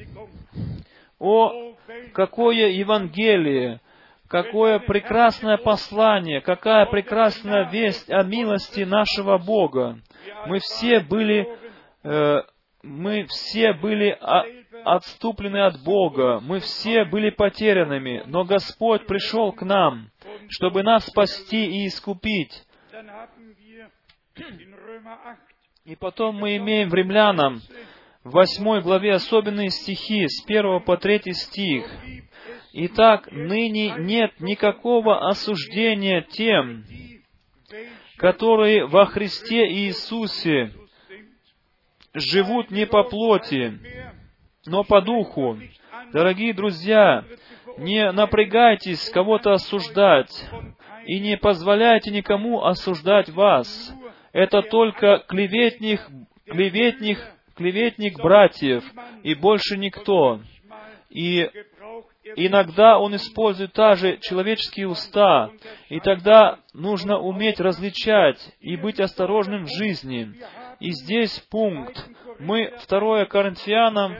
[SPEAKER 1] О, какое Евангелие! Какое прекрасное послание! Какая прекрасная весть о милости нашего Бога! Мы все были, э, мы все были о, отступлены от Бога, мы все были потерянными, но Господь пришел к нам, чтобы нас спасти и искупить. И потом мы имеем в Римлянам в восьмой главе особенные стихи, с первого по третий стих. «Итак, ныне нет никакого осуждения тем, которые во Христе Иисусе живут не по плоти, но по духу». Дорогие друзья, не напрягайтесь кого-то осуждать, и не позволяйте никому осуждать вас. Это только клеветник, клеветник, клеветник братьев, и больше никто. И иногда он использует также человеческие уста, и тогда нужно уметь различать и быть осторожным в жизни. И здесь пункт. Мы второе Коринфянам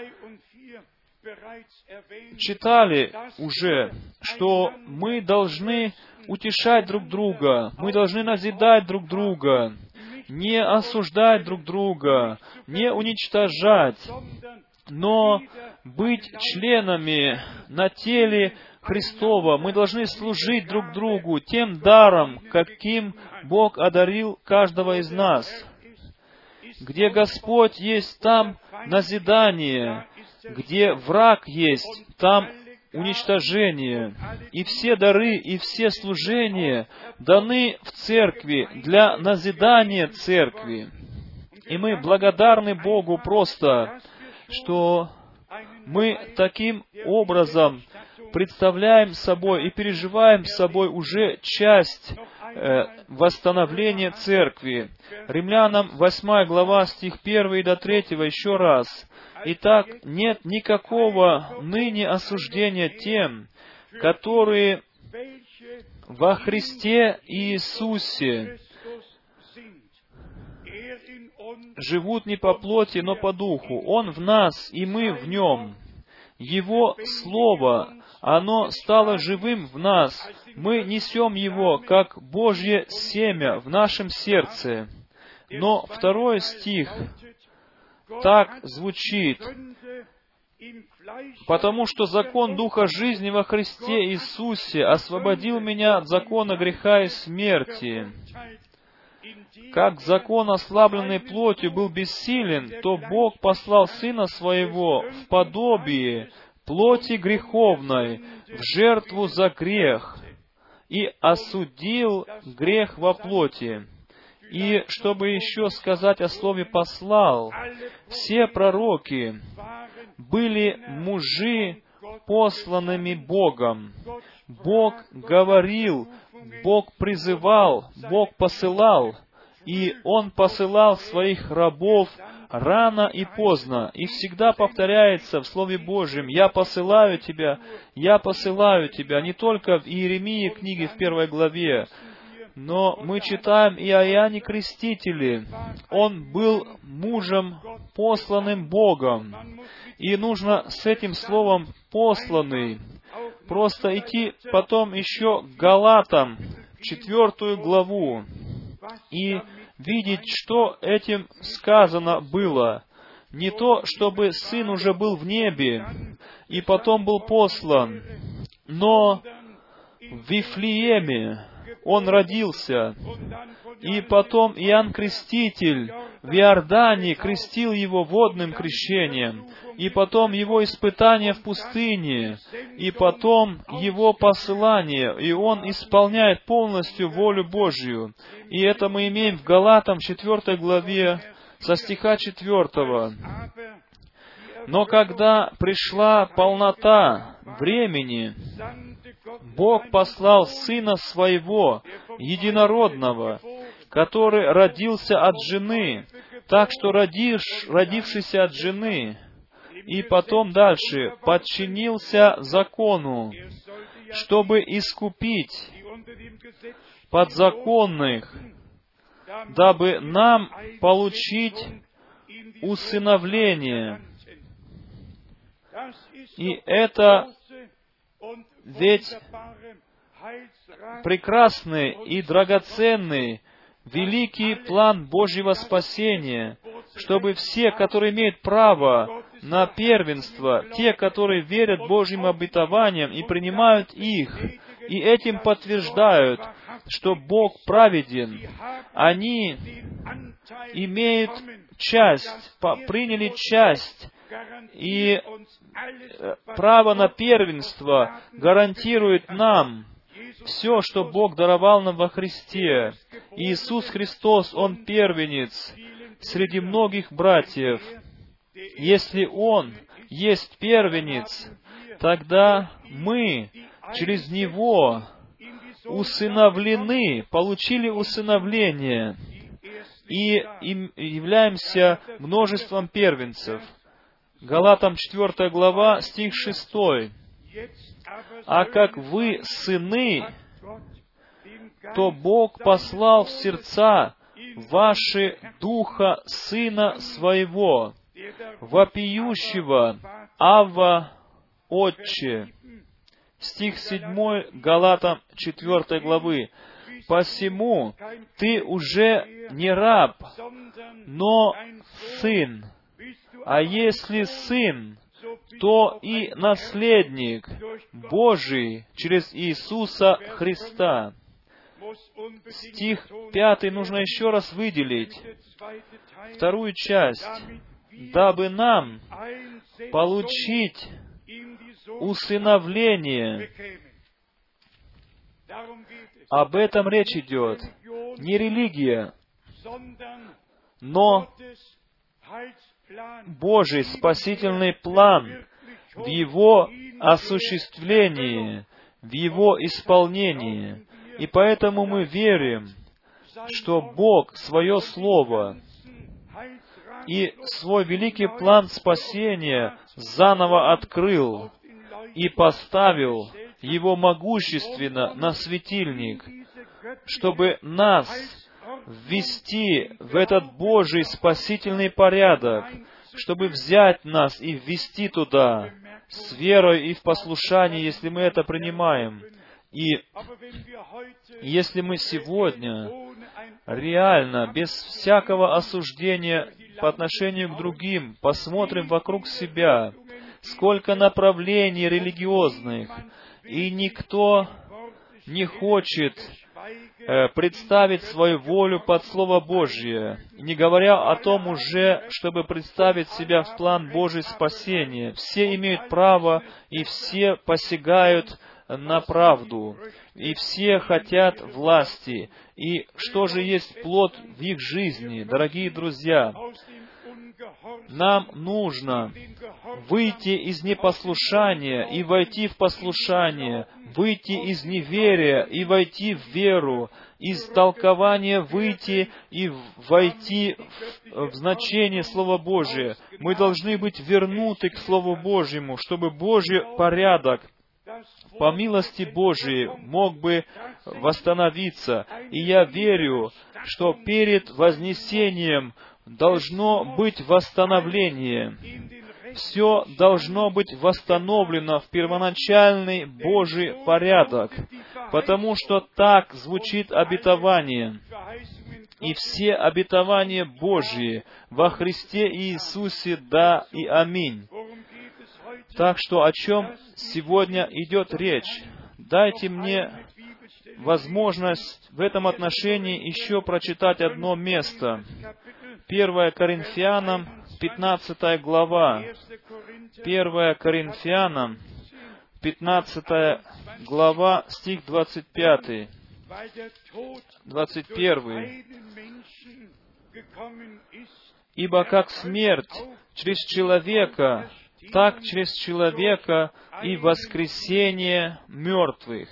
[SPEAKER 1] читали уже, что мы должны утешать друг друга, мы должны назидать друг друга, не осуждать друг друга, не уничтожать, но быть членами на теле Христова. Мы должны служить друг другу тем даром, каким Бог одарил каждого из нас. Где Господь есть, там назидание. Где враг есть, там уничтожение. И все дары, и все служения даны в церкви для назидания церкви. И мы благодарны Богу просто, что мы таким образом представляем собой и переживаем собой уже часть э, восстановления церкви. Римлянам восьмая глава, стих первый до третьего еще раз. «Итак, нет никакого ныне осуждения тем, которые во Христе Иисусе живут не по плоти, но по духу. Он в нас, и мы в Нем. Его Слово, оно стало живым в нас. Мы несем Его, как Божье семя в нашем сердце». Но второй стих так звучит: «Потому что закон Духа жизни во Христе Иисусе освободил меня от закона греха и смерти. Как закон, ослабленный плотью, был бессилен, то Бог послал Сына Своего в подобие плоти греховной, в жертву за грех, и осудил грех во плоти». И, чтобы еще сказать о слове «послал», все пророки были мужи, посланными Богом. Бог говорил, Бог призывал, Бог посылал, и Он посылал своих рабов рано и поздно, и всегда повторяется в Слове Божьем: «Я посылаю тебя, я посылаю тебя», не только в Иеремии книге в первой главе, но мы читаем и о Иоанне Крестителе. Он был мужем, посланным Богом. И нужно с этим словом «посланный» просто идти потом еще к Галатам, четвертую главу, и видеть, что этим сказано было. Не то, чтобы Сын уже был в небе и потом был послан, но в Вифлееме Он родился, и потом Иоанн Креститель в Иордане крестил Его водным крещением, и потом Его испытание в пустыне, и потом Его посылание, и Он исполняет полностью волю Божью. И это мы имеем в Галатам четвёртой главе со стиха четвёртого. «Но когда пришла полнота времени, Бог послал Сына Своего, Единородного, который родился от жены, так что родиш, родившийся от жены, и потом дальше, подчинился закону, чтобы искупить подзаконных, дабы нам получить усыновление». И это ведь прекрасный и драгоценный, великий план Божьего спасения, чтобы все, которые имеют право на первенство, те, которые верят Божьим обетованиям и принимают их, и этим подтверждают, что Бог праведен, они имеют часть, приняли часть, и право на первенство гарантирует нам все, что Бог даровал нам во Христе. Иисус Христос, Он первенец среди многих братьев. Если Он есть первенец, тогда мы через Него усыновлены, получили усыновление и им являемся множеством первенцев. Галатам четвёртая глава, стих шестой. «А как вы сыны, то Бог послал в сердца ваши Духа Сына Своего, вопиющего: Авва, Отче». Стих седьмой Галатам четвёртой главы. «Посему ты уже не раб, но сын. А если сын, то и наследник Божий через Иисуса Христа». Стих пятый нужно еще раз выделить, вторую часть. «Дабы нам получить усыновление». Об этом речь идет. Не религия, но Божий спасительный план в Его осуществлении, в Его исполнении. И поэтому мы верим, что Бог свое Слово и свой великий план спасения заново открыл и поставил Его могущественно на светильник, чтобы нас ввести в этот Божий спасительный порядок, чтобы взять нас и ввести туда с верой и в послушании, если мы это принимаем. И если мы сегодня реально, без всякого осуждения по отношению к другим, посмотрим вокруг себя, сколько направлений религиозных, и никто не хочет э, представить свою волю под Слово Божье, не говоря о том уже, чтобы представить себя в план Божий спасения. Все имеют право, и все посягают на правду, и все хотят власти. И что же есть плод в их жизни, дорогие друзья? Нам нужно выйти из непослушания и войти в послушание, выйти из неверия и войти в веру, из толкования выйти и войти в, в значение Слова Божия. Мы должны быть вернуты к Слову Божьему, чтобы Божий порядок по милости Божией мог бы восстановиться. И я верю, что перед вознесением должно быть восстановление. Все должно быть восстановлено в первоначальный Божий порядок, потому что так звучит обетование. И все обетования Божьи во Христе Иисусе, да и аминь. Так что о чем сегодня идет речь? Дайте мне возможность в этом отношении еще прочитать одно место. первое Коринфянам, пятнадцатая глава. первое Коринфянам, пятнадцатая глава, стих двадцать пятый. двадцать первый. «Ибо как смерть через человека, так через человека и воскресение мертвых».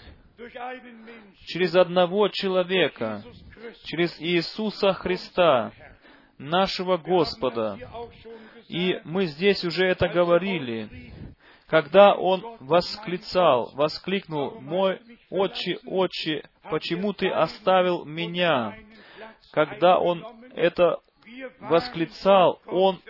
[SPEAKER 1] Через одного человека, через Иисуса Христа, нашего Господа. И мы здесь уже это говорили. Когда Он восклицал, воскликнул: «Мой Отче, Отче, почему Ты оставил меня?» Когда Он это восклицал, Он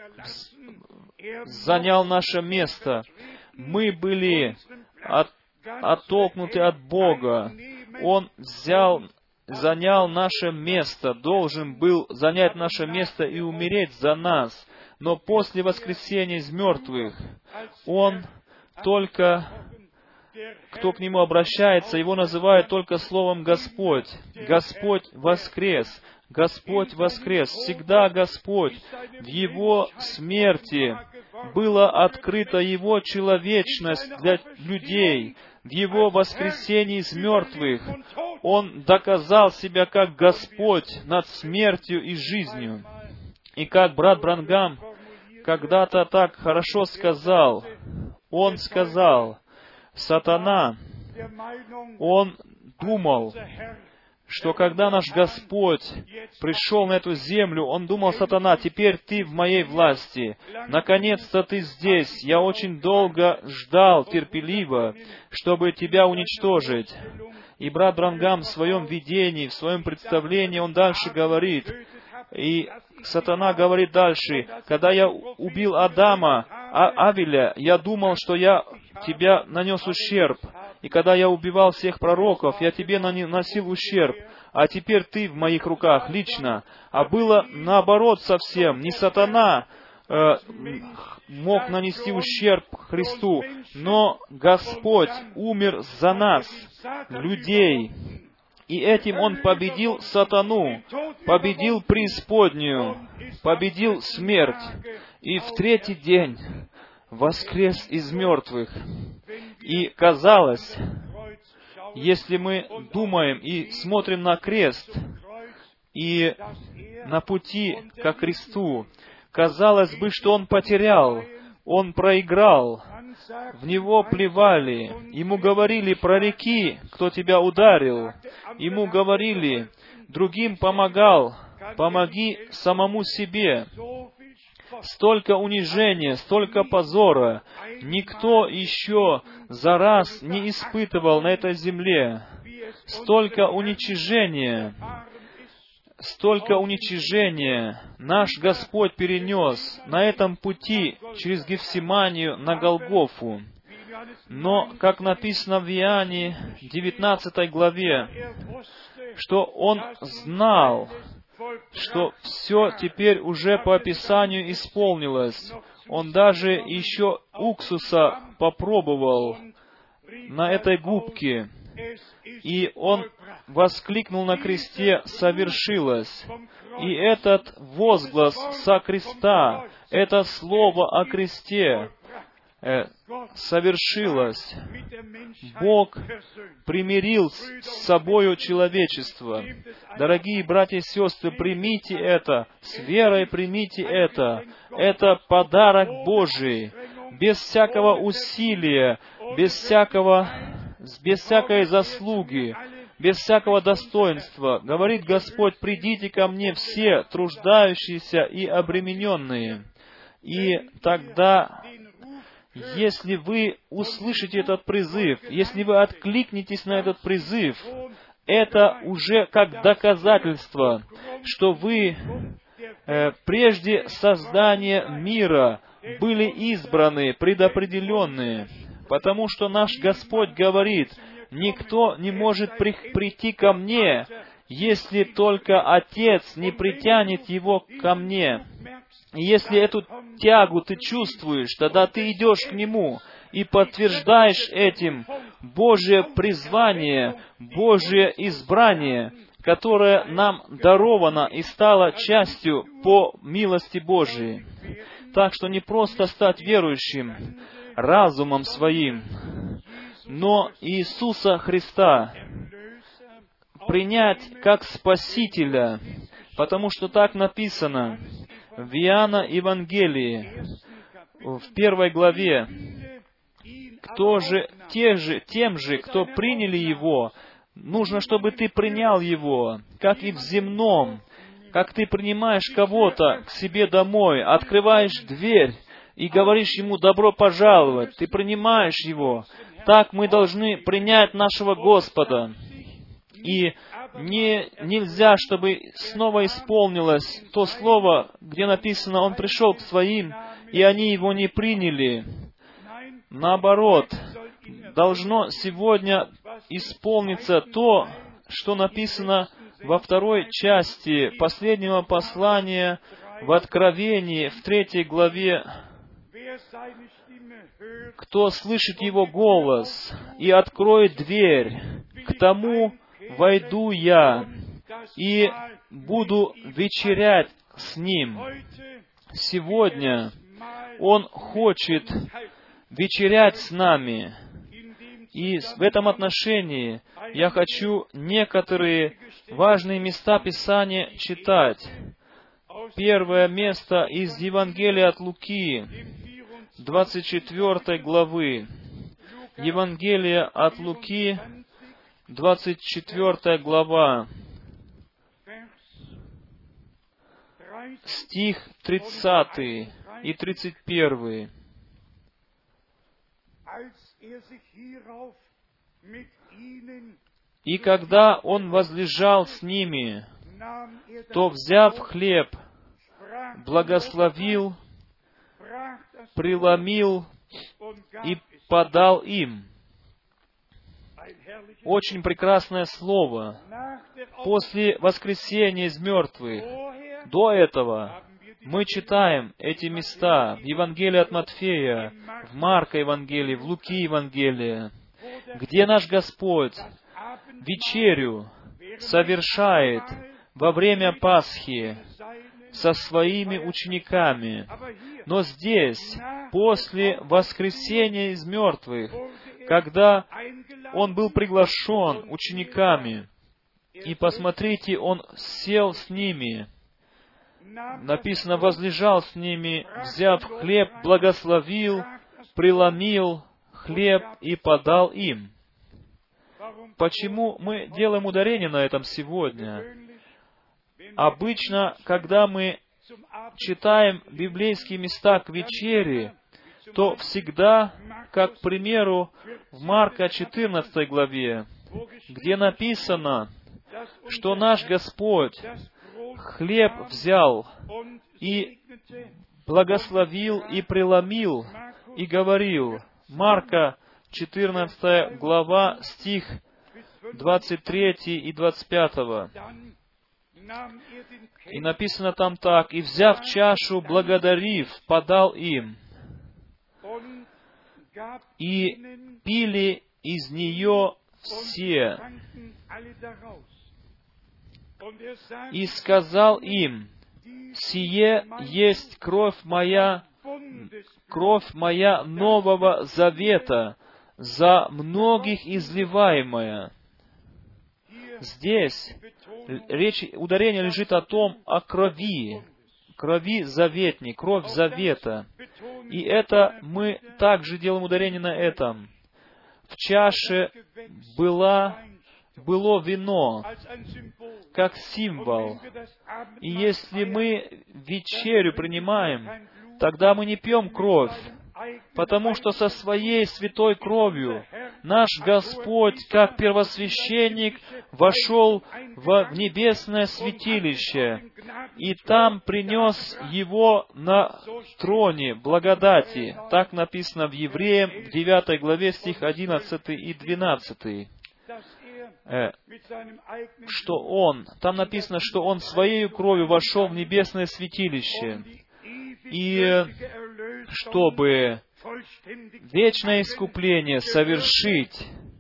[SPEAKER 1] занял наше место. Мы были от, оттолкнуты от Бога. Он взял, занял наше место, должен был занять наше место и умереть за нас. Но после воскресения из мертвых Он только, кто к Нему обращается, Его называют только словом «Господь». Господь воскрес. Господь воскрес. Всегда Господь. В Его смерти была открыта Его человечность для людей. В Его воскресении из мертвых Он доказал себя как Господь над смертью и жизнью. И как брат Бранхам когда-то так хорошо сказал, он сказал: сатана, он думал, что когда наш Господь пришел на эту землю, он думал: сатана, теперь ты в моей власти. Наконец-то ты здесь. Я очень долго ждал терпеливо, чтобы тебя уничтожить. И брат Бранхам в своем видении, в своем представлении, он дальше говорит, и сатана говорит дальше: когда я убил Адама, а Авеля, я думал, что я тебя нанес ущерб. И когда я убивал всех пророков, я тебе наносил ущерб. А теперь ты в моих руках лично. А было наоборот совсем. Не сатана э, мог нанести ущерб Христу, но Господь умер за нас, людей. И этим Он победил сатану, победил преисподнюю, победил смерть. И в третий день воскрес из мертвых. И казалось, если мы думаем и смотрим на крест и на пути ко кресту, казалось бы, что Он потерял, Он проиграл, в Него плевали, Ему говорили: прореки, кто тебя ударил, Ему говорили: другим помогал, помоги самому себе. Столько унижения, столько позора никто еще за раз не испытывал на этой земле. Столько уничижения, столько уничижения наш Господь перенес на этом пути через Гефсиманию на Голгофу. Но, как написано в Иоанне девятнадцатой главе, что Он знал, что все теперь уже по Писанию исполнилось. Он даже еще уксуса попробовал на этой губке. И Он воскликнул на кресте: «Совершилось». И этот возглас со креста, это слово о кресте, э, совершилось. Бог примирил с собою человечество. Дорогие братья и сестры, примите это, с верой примите это. Это подарок Божий, без всякого усилия, без всякого без всякой заслуги, без всякого достоинства. Говорит Господь: «Придите ко мне все труждающиеся и обремененные». И тогда, если вы услышите этот призыв, если вы откликнетесь на этот призыв, это уже как доказательство, что вы э, прежде создания мира были избраны, предопределенные. Потому что наш Господь говорит: «Никто не может при, прийти ко мне, если только Отец не притянет его ко мне». И если эту тягу ты чувствуешь, тогда ты идешь к Нему и подтверждаешь этим Божье призвание, Божье избрание, которое нам даровано и стало частью по милости Божией. Так что не просто стать верующим разумом своим, но Иисуса Христа принять как Спасителя, потому что так написано в Иоанна Евангелии, в первой главе: «Кто же, те же, тем же, кто приняли Его, нужно, чтобы ты принял Его, как и в земном, как ты принимаешь кого-то к себе домой, открываешь дверь и говоришь ему: добро пожаловать, ты принимаешь его. Так мы должны принять нашего Господа». И не, нельзя, чтобы снова исполнилось то слово, где написано: «Он пришел к своим, и они его не приняли». Наоборот, должно сегодня исполниться то, что написано во второй части последнего послания в Откровении, в третьей главе: «Кто слышит Его голос и откроет дверь, к тому войду я и буду вечерять с ним». Сегодня Он хочет вечерять с нами. И в этом отношении я хочу некоторые важные места Писания читать. Первое место из Евангелия от Луки, двадцать четвёртой главы. Евангелие от Луки, двадцать четвёртая глава, стих тридцатый и тридцать первый. «И когда Он возлежал с ними, то, взяв хлеб, благословил, преломил и подал им». Очень прекрасное слово. После воскресения из мертвых, до этого, мы читаем эти места в Евангелии от Матфея, в Марка Евангелии, в Луки Евангелии, где наш Господь вечерю совершает во время Пасхи со своими учениками. Но здесь, после воскресения из мертвых, когда Он был приглашен учениками, и посмотрите, Он сел с ними, написано: возлежал с ними, взяв хлеб, благословил, преломил хлеб и подал им. Почему мы делаем ударение на этом сегодня? Обычно, когда мы читаем библейские места к вечере, то всегда, как, к примеру, в Марка четырнадцатой главе, где написано, что наш Господь хлеб взял и благословил и преломил и говорил. Марка четырнадцатая глава, стих двадцать третий и двадцать пятый. И написано там так: «И, взяв чашу, благодарив, подал им, и пили из нее все. И сказал им: сие есть кровь моя, кровь моя нового завета, за многих изливаемая». Здесь речь, ударение лежит о том, о крови, крови заветней, кровь завета. И это мы также делаем ударение на этом. в чаше была, было вино, как символ. И если мы вечерю принимаем, тогда мы не пьем кровь, потому что со своей святой кровью наш Господь, как первосвященник, вошел в небесное святилище, и там принес Его на троне благодати. Так написано в Евреям, в девятой главе, стих одиннадцатый и двенадцатый. Что Он, там написано, что Он Своей кровью вошел в небесное святилище, и чтобы вечное искупление совершить,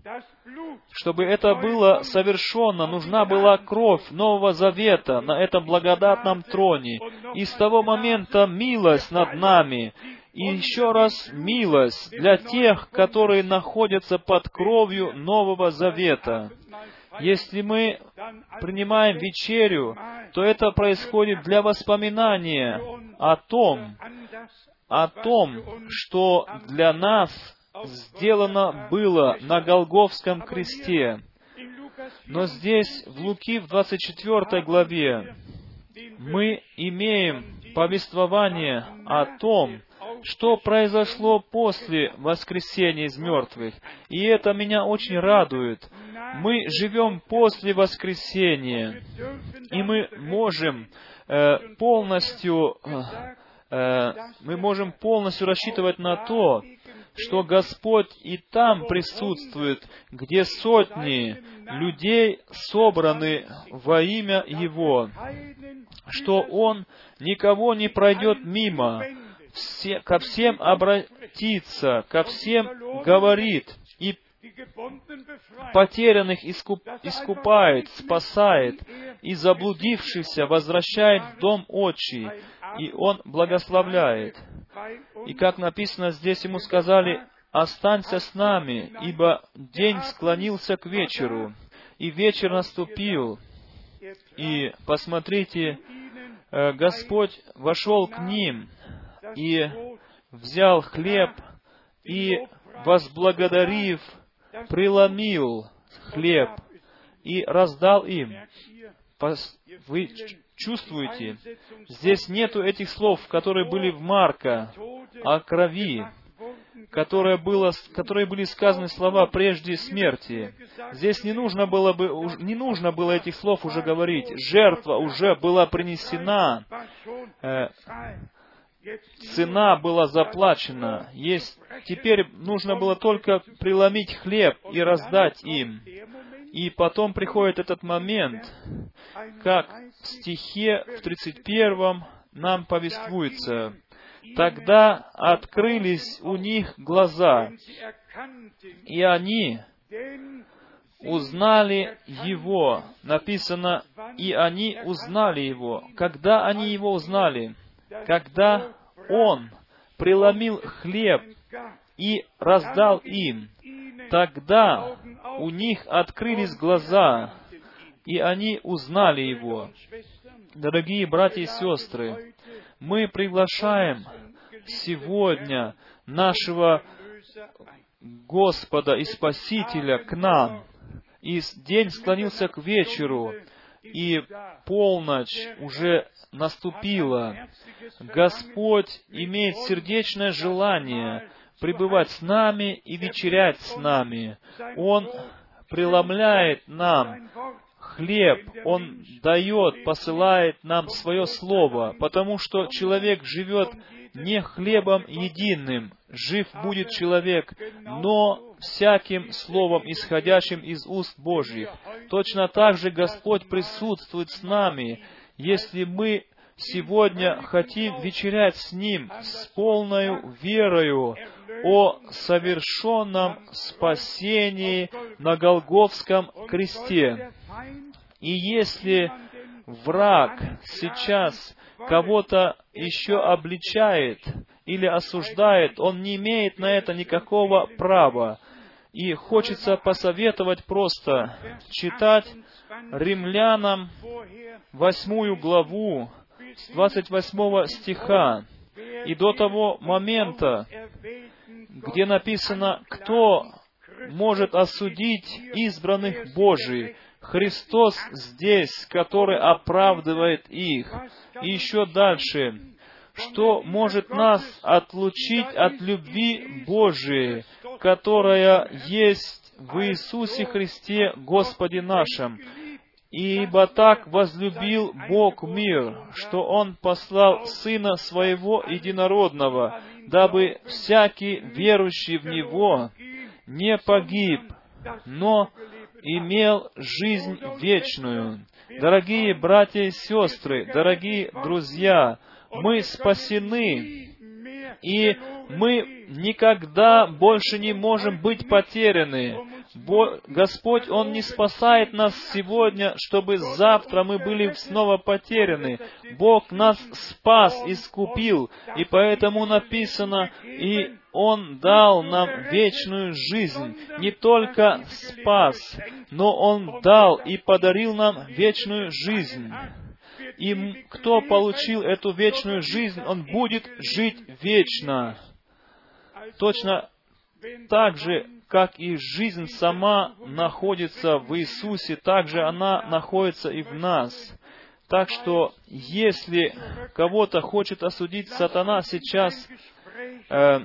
[SPEAKER 1] чтобы это было совершено, нужна была кровь Нового Завета на этом благодатном троне. И с того момента милость над нами, и еще раз милость для тех, которые находятся под кровью Нового Завета. Если мы принимаем вечерю, то это происходит для воспоминания о том, о том, что для нас сделано было на Голгофском кресте. Но здесь, в Луки, в двадцать четвёртой главе, мы имеем повествование о том, что произошло после воскресения из мертвых. И это меня очень радует. Мы живем после воскресения, и мы можем э, полностью, э, мы можем полностью рассчитывать на то, что Господь и там присутствует, где сотни людей собраны во имя Его, что Он никого не пройдет мимо, все, ко всем обратится, ко всем говорит, и потерянных искуп, искупает, спасает, и заблудившихся возвращает в дом отчий, и Он благословляет. И как написано здесь, Ему сказали: «Останься с нами, ибо день склонился к вечеру, и вечер наступил». И посмотрите, Господь вошел к ним и взял хлеб, и, возблагодарив, преломил хлеб и раздал им. Вы чувствуете, здесь нету этих слов, которые были в Марка, о крови, которые, было, которые были сказаны слова прежде смерти. Здесь не нужно было бы, не нужно было этих слов уже говорить. Жертва уже была принесена, э, цена была заплачена. Есть, теперь нужно было только преломить хлеб и раздать им. И потом приходит этот момент, как в стихе в тридцать первом нам повествуется: «Тогда открылись у них глаза, и они узнали Его». Написано, и они узнали Его. Когда они Его узнали? Когда Он преломил хлеб и раздал им. Тогда у них открылись глаза, и они узнали Его. Дорогие братья и сестры, мы приглашаем сегодня нашего Господа и Спасителя к нам. И день склонился к вечеру, и полночь уже наступила. Господь имеет сердечное желание пребывать с нами и вечерять с нами. Он преломляет нам хлеб, Он дает, посылает нам Свое Слово, потому что человек живет не хлебом единым, жив будет человек, но всяким словом, исходящим из уст Божьих. Точно так же Господь присутствует с нами, если мы сегодня хотим вечерять с Ним с полной верою о совершенном спасении на Голгофском кресте. И если враг сейчас кого-то еще обличает или осуждает, он не имеет на это никакого права. И хочется посоветовать просто читать Римлянам восьмую главу с двадцать восьмого стиха и до того момента, где написано, кто может осудить избранных Божиих? Христос здесь, который оправдывает их. И еще дальше. Что может нас отлучить от любви Божией, которая есть в Иисусе Христе, Господе нашем? Ибо так возлюбил Бог мир, что Он послал Сына Своего Единородного, дабы всякий верующий в Него не погиб, но имел жизнь вечную. Дорогие братья и сестры, дорогие друзья, мы спасены, и мы никогда больше не можем быть потеряны. Бо- Господь, Он не спасает нас сегодня, чтобы завтра мы были снова потеряны. Бог нас спас, искупил, и поэтому написано, и Он дал нам вечную жизнь. Не только спас, но Он дал и подарил нам вечную жизнь. И кто получил эту вечную жизнь, он будет жить вечно. Точно так же, как и жизнь сама находится в Иисусе, так же она находится и в нас. Так что, если кого-то хочет осудить сатана сейчас, э,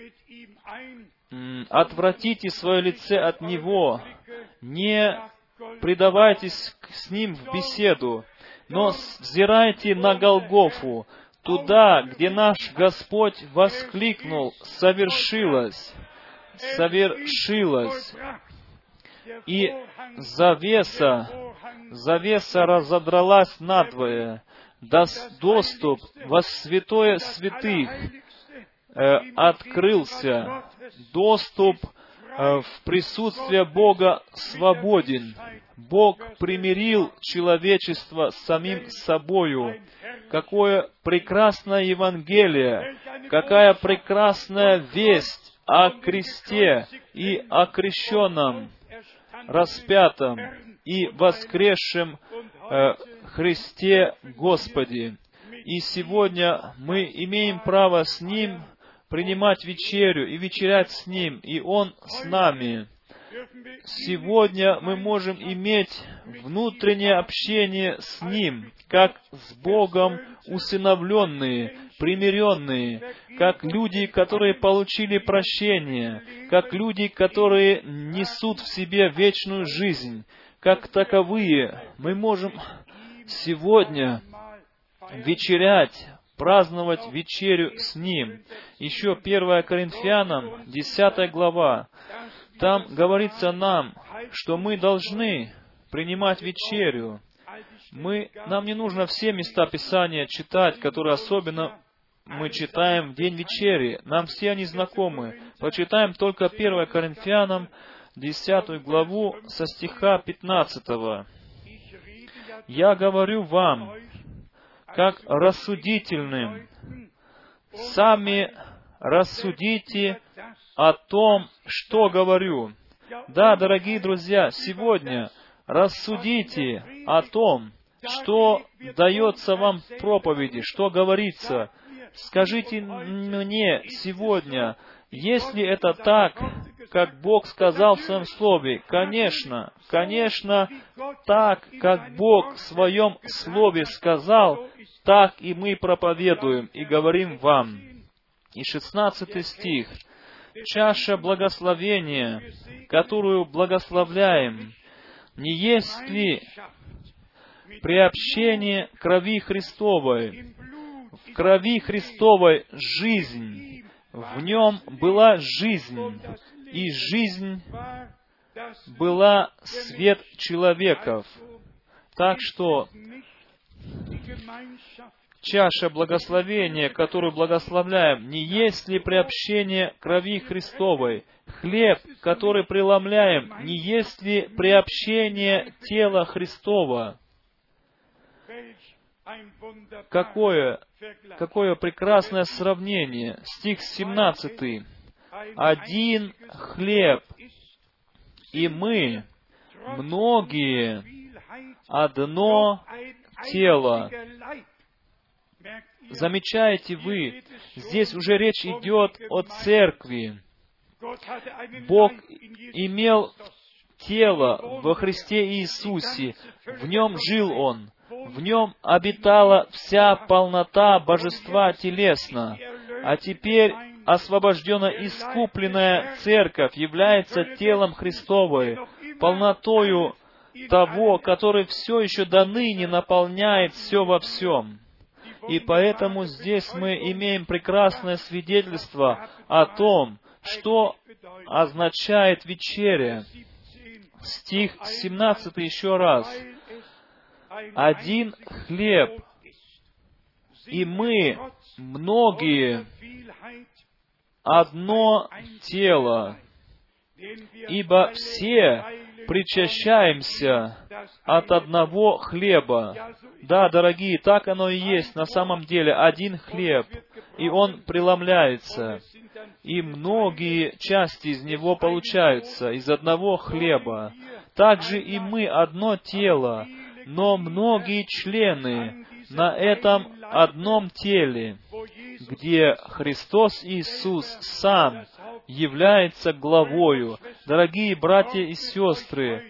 [SPEAKER 1] отвратите свое лице от него, не предавайтесь с ним в беседу, но взирайте на Голгофу, туда, где наш Господь воскликнул: «Совершилось! Совершилось!» И завеса, завеса разодралась надвое, доступ во святое святых э, открылся, доступ э, в присутствие Бога свободен. Бог примирил человечество с самим собою. Какое прекрасное Евангелие, какая прекрасная весть о кресте и о крещенном, распятом и воскресшем э, Христе Господе. И сегодня мы имеем право с Ним принимать вечерю и вечерять с Ним, и Он с нами. Сегодня мы можем иметь внутреннее общение с Ним, как с Богом усыновленные, примиренные, как люди, которые получили прощение, как люди, которые несут в себе вечную жизнь. Как таковые мы можем сегодня вечерять, праздновать вечерю с Ним. Еще первое Коринфянам, десятая глава. Там говорится нам, что мы должны принимать вечерю. Мы, нам не нужно все места Писания читать, которые особенно мы читаем в день вечери. Нам все они знакомы. Почитаем только первое Коринфянам, десятую главу, со стиха пятнадцатого. «Я говорю вам, как рассудительным, сами рассудите о том, что говорю». Да, дорогие друзья, сегодня рассудите о том, что дается вам в проповеди, что говорится. Скажите мне сегодня, если это так, как Бог сказал в Своем Слове. Конечно, конечно, так, как Бог в Своем Слове сказал, так и мы проповедуем и говорим вам. И шестнадцатый стих. «Чаша благословения, которую благословляем, не есть ли приобщение крови Христовой? В крови Христовой жизнь, в нем была жизнь, и жизнь была свет человеков». Так что чаша благословения, которую благословляем, не есть ли приобщение крови Христовой? Хлеб, который преломляем, не есть ли приобщение тела Христова? Какое, какое прекрасное сравнение. Стих семнадцатый. «Один хлеб, и мы, многие, одно тело». Замечаете вы, здесь уже речь идет о церкви. Бог имел тело во Христе Иисусе, в Нем жил Он, в Нем обитала вся полнота Божества телесно, а теперь освобожденно искупленная Церковь является телом Христовой, полнотою того, который все еще до ныне наполняет все во всем. И поэтому здесь мы имеем прекрасное свидетельство о том, что означает вечеря. Стих семнадцатый еще раз. «Один хлеб, и мы, многие, одно тело, ибо все причащаемся от одного хлеба». Да, дорогие, так оно и есть на самом деле. Один хлеб, и он преломляется. И многие части из него получаются, из одного хлеба. Также и мы одно тело, но многие члены на этом одном теле, где Христос Иисус Сам является главою. Дорогие братья и сестры,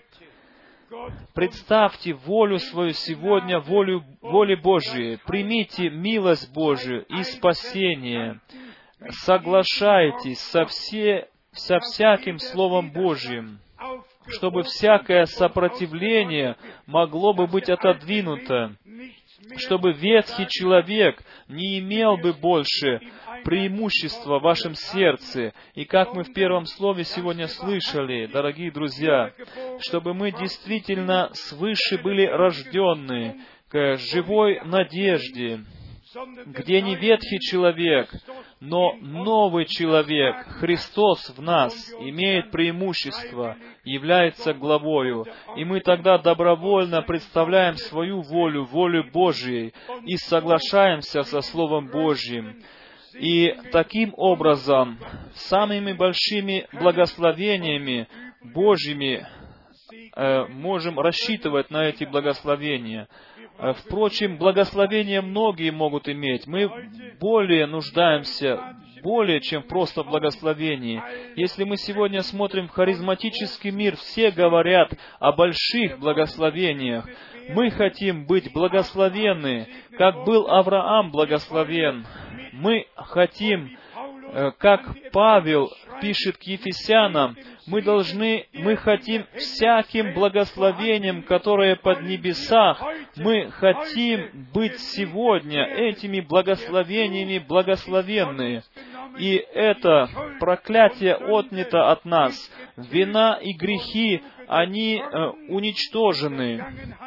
[SPEAKER 1] представьте волю свою сегодня, волю, воле Божией. Примите милость Божию и спасение. Соглашайтесь со, все, со всяким Словом Божьим, чтобы всякое сопротивление могло бы быть отодвинуто, чтобы ветхий человек не имел бы больше преимущества в вашем сердце. И как мы в первом слове сегодня слышали, дорогие друзья, чтобы мы действительно свыше были рожденные к живой надежде, где не ветхий человек, но новый человек, Христос в нас, имеет преимущество, является главою. И мы тогда добровольно представляем свою волю, волю Божией, и соглашаемся со Словом Божьим. И таким образом, самыми большими благословениями Божьими э, можем рассчитывать на эти благословения. Впрочем, благословения многие могут иметь. Мы более нуждаемся, более чем просто в благословении. Если мы сегодня смотрим в харизматический мир, все говорят о больших благословениях. Мы хотим быть благословенны, как был Авраам благословен. Мы хотим, как Павел пишет к Ефесянам, мы должны, мы хотим всяким благословением, которое под небесах, мы хотим быть сегодня этими благословениями благословенные. И это проклятие отнято от нас. Вина и грехи, они э, уничтожены.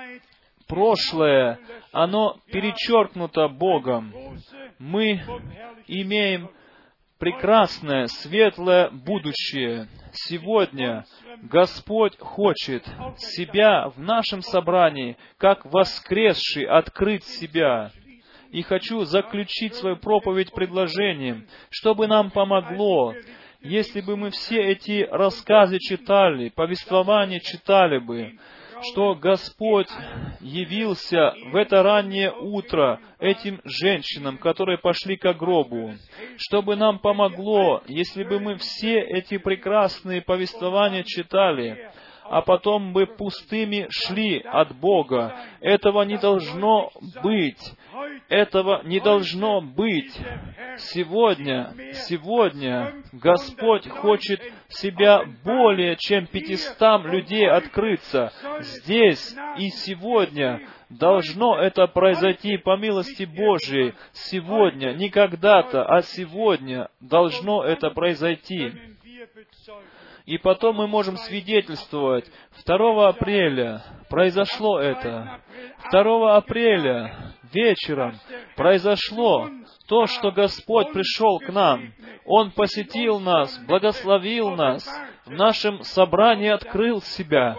[SPEAKER 1] Прошлое, оно перечеркнуто Богом. Мы имеем прекрасное, светлое будущее. Сегодня Господь хочет себя в нашем собрании, как воскресший, открыть себя. И хочу заключить свою проповедь предложением, чтобы нам помогло, если бы мы все эти рассказы читали, повествования читали бы, что Господь явился в это раннее утро этим женщинам, которые пошли к гробу, чтобы нам помогло, если бы мы все эти прекрасные повествования читали, а потом бы пустыми шли от Бога. Этого не должно быть. Этого не должно быть. Сегодня, сегодня Господь хочет себя более чем пятистам людей открыться. Здесь и сегодня должно это произойти по милости Божией. Сегодня, не когда-то, а сегодня должно это произойти. И потом мы можем свидетельствовать. второго апреля произошло это. второго апреля вечером произошло то, что Господь пришел к нам. Он посетил нас, благословил нас, в нашем собрании открыл себя.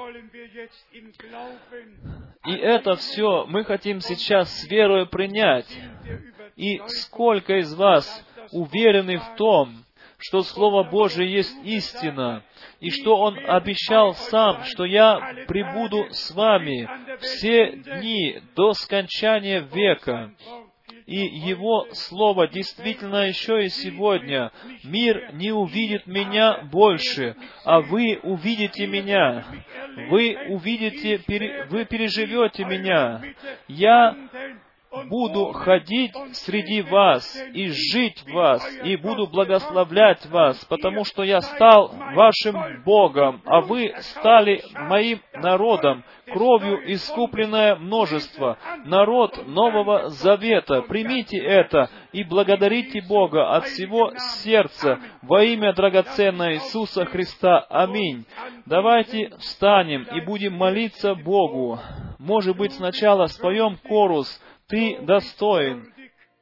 [SPEAKER 1] И это все мы хотим сейчас с верой принять. И сколько из вас уверены в том, что Слово Божие есть истина, и что Он обещал Сам, что «Я пребуду с вами все дни до скончания века». и Его Слово действительно еще и сегодня. Мир не увидит меня больше, а вы увидите меня. Вы увидите, пере, вы переживете меня. Я буду ходить среди вас и жить в вас, и буду благословлять вас, потому что я стал вашим Богом, а вы стали моим народом, кровью искупленное множество, народ Нового Завета. Примите это и благодарите Бога от всего сердца во имя драгоценного Иисуса Христа. Аминь. Давайте встанем и будем молиться Богу. Может быть, сначала споем хорус «Ты достоин».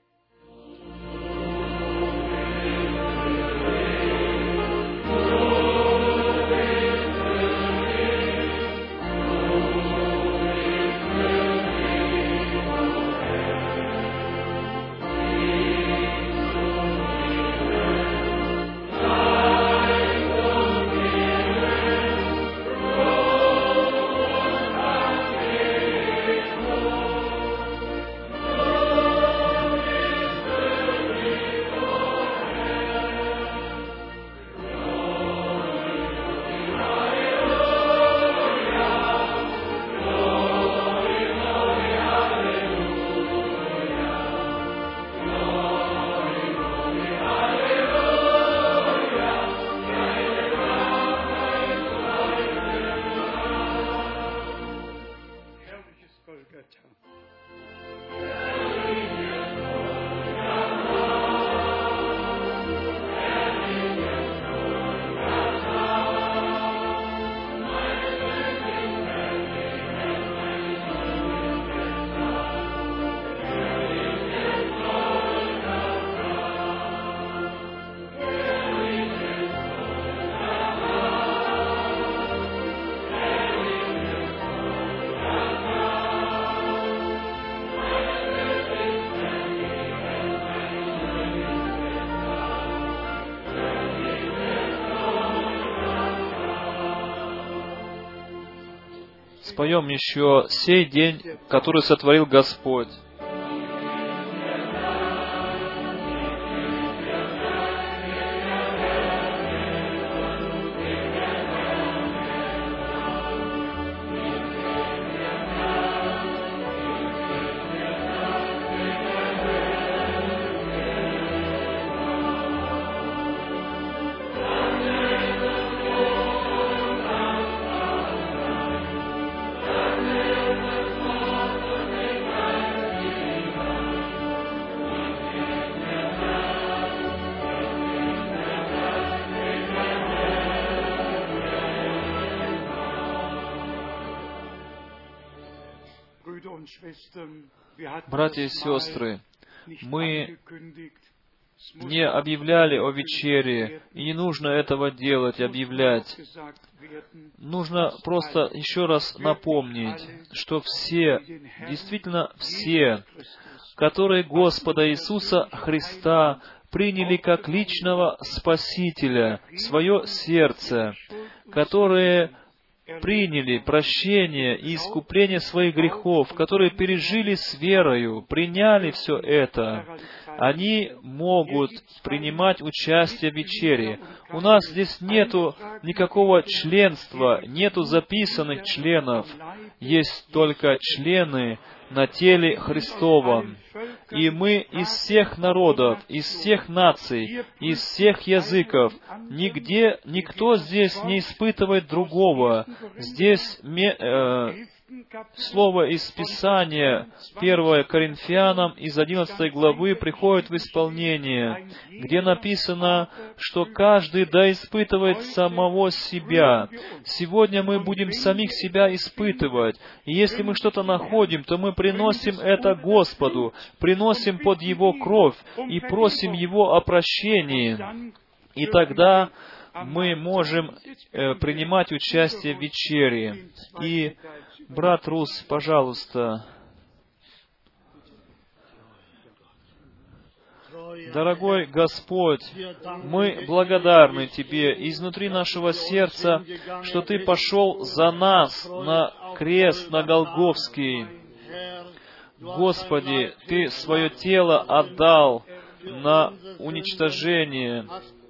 [SPEAKER 1] Споем еще «Сей день, который сотворил Господь». Братья и сестры, мы не объявляли о вечере, и не нужно этого делать, объявлять. Нужно просто еще раз напомнить, что все, действительно все, которые Господа Иисуса Христа приняли как личного Спасителя в свое сердце, которые приняли прощение и искупление своих грехов, которые пережили с верою, приняли все это, они могут принимать участие в вечере. У нас здесь нету никакого членства, нету записанных членов, есть только члены на теле Христовом. И мы из всех народов, из всех наций, из всех языков, нигде, никто здесь не испытывает другого. Здесь э, слово из Писания, первое Коринфянам из одиннадцатой главы, приходит в исполнение, где написано, что каждый да испытывает самого себя. Сегодня мы будем самих себя испытывать. И если мы что-то находим, то мы приносим это Господу, приносим под Его кровь и просим Его о прощении. И тогда мы можем э, принимать участие в вечере. И, брат Рус, пожалуйста. Дорогой Господь, мы благодарны Тебе изнутри нашего сердца, что Ты пошел за нас на крест, на Голгофский. Господи, Ты свое тело отдал на уничтожение.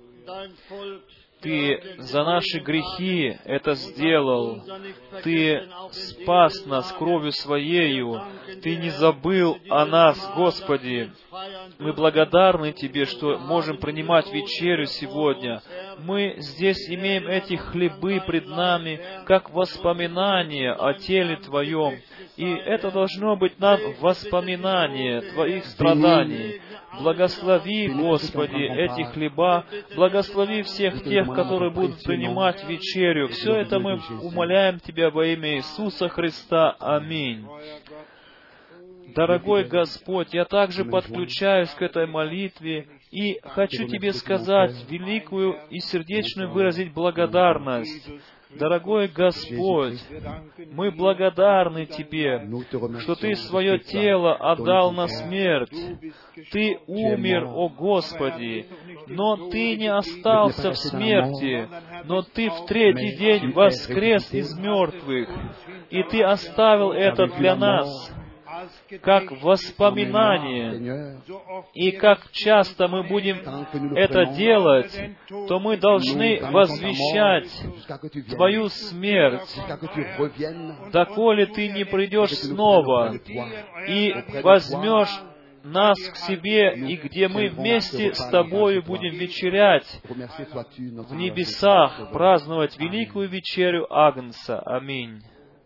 [SPEAKER 1] Ты за наши грехи это сделал. Ты спас нас кровью Своею. Ты не забыл о нас, Господи. Мы благодарны Тебе, что можем принимать вечерю сегодня. Мы здесь имеем эти хлебы пред нами, как воспоминание о теле Твоем. И это должно быть нам воспоминание Твоих страданий. Благослови, Господи, эти хлеба, благослови всех тех, которые будут принимать вечерю. Все это мы умоляем Тебя во имя Иисуса Христа. Аминь. Дорогой Господь, я также подключаюсь к этой молитве и хочу Тебе сказать великую и сердечную выразить благодарность. Дорогой Господь, мы благодарны Тебе, что Ты свое тело отдал на смерть. Ты умер, о Господи, но Ты не остался в смерти, но Ты в третий день воскрес из мертвых, и Ты оставил это для нас, как воспоминание. И как часто мы будем это делать, то мы должны возвещать Твою смерть, доколе Ты не придешь снова и возьмешь нас к себе, и где мы вместе с Тобою будем вечерять в небесах, праздновать великую вечерю Агнца. Аминь.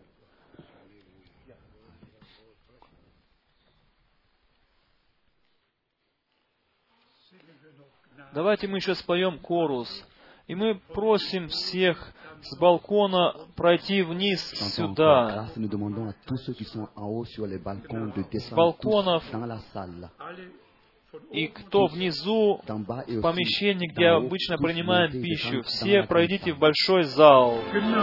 [SPEAKER 1] Давайте мы еще споем хорус. И мы просим всех с балкона пройти вниз сюда. С балконов. И кто внизу, в помещении, где обычно принимаем пищу, все пройдите в большой зал.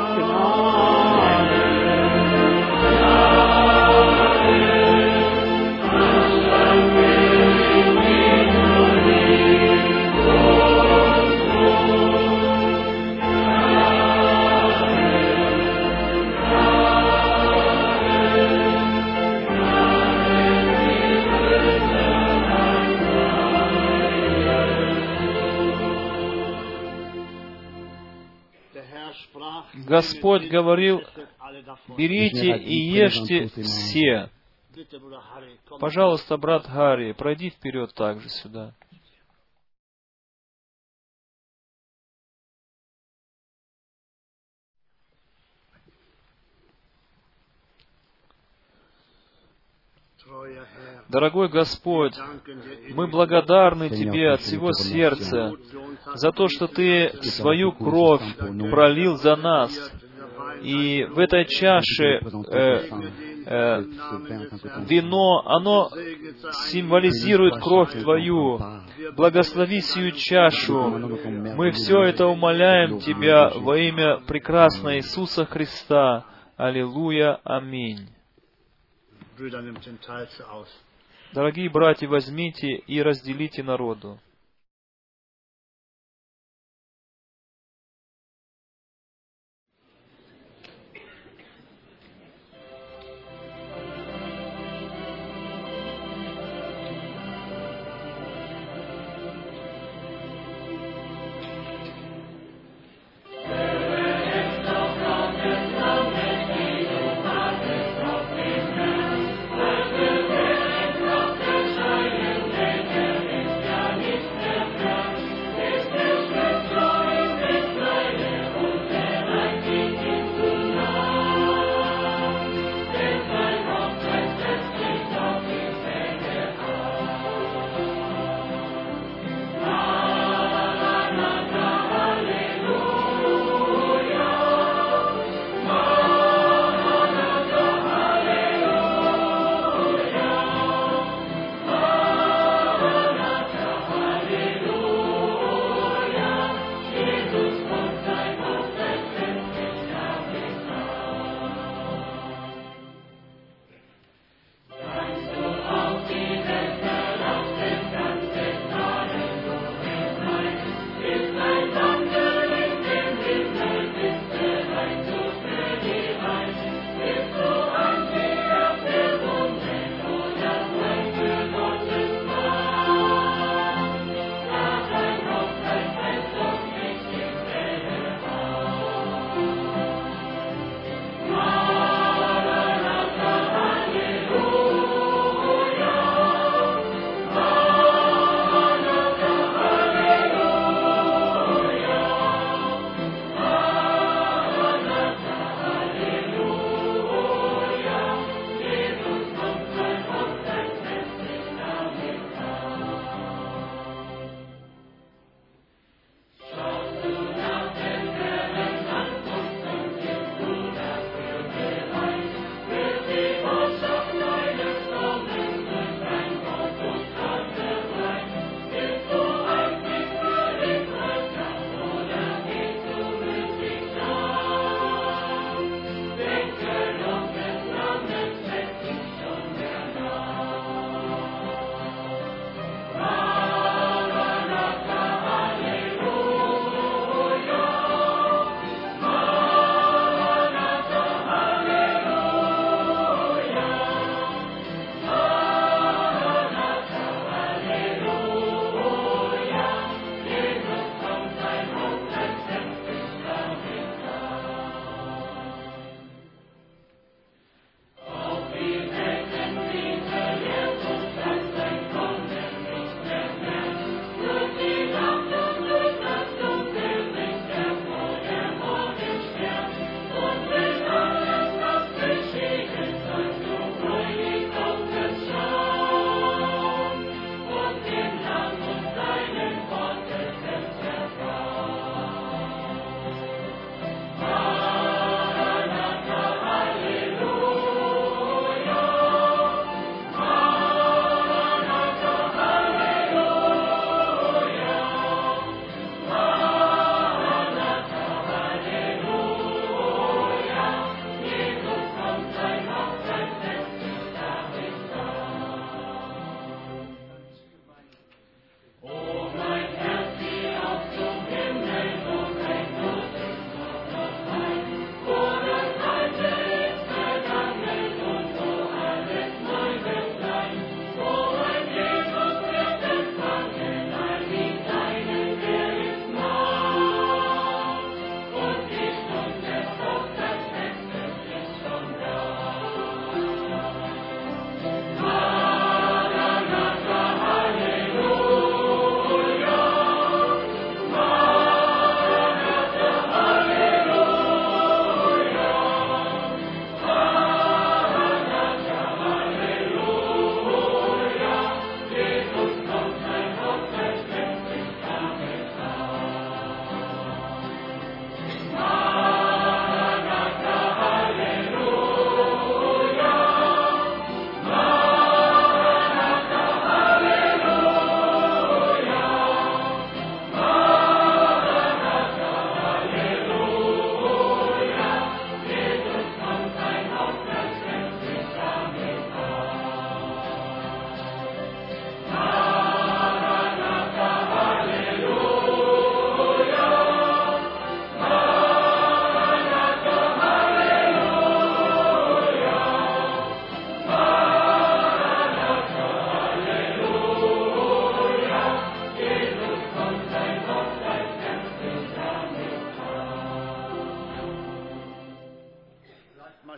[SPEAKER 1] Господь говорил: берите и ешьте все. Пожалуйста, брат Гарри, пройди вперед также сюда. Дорогой Господь, мы благодарны Тебе от всего сердца за то, что Ты свою кровь пролил за нас. И в этой чаше э, э, вино, оно символизирует кровь Твою. Благослови сию чашу. Мы все это умоляем Тебя во имя прекрасного Иисуса Христа. Аллилуйя. Аминь. Дорогие братья, возьмите и разделите народу.
[SPEAKER 2] Nicht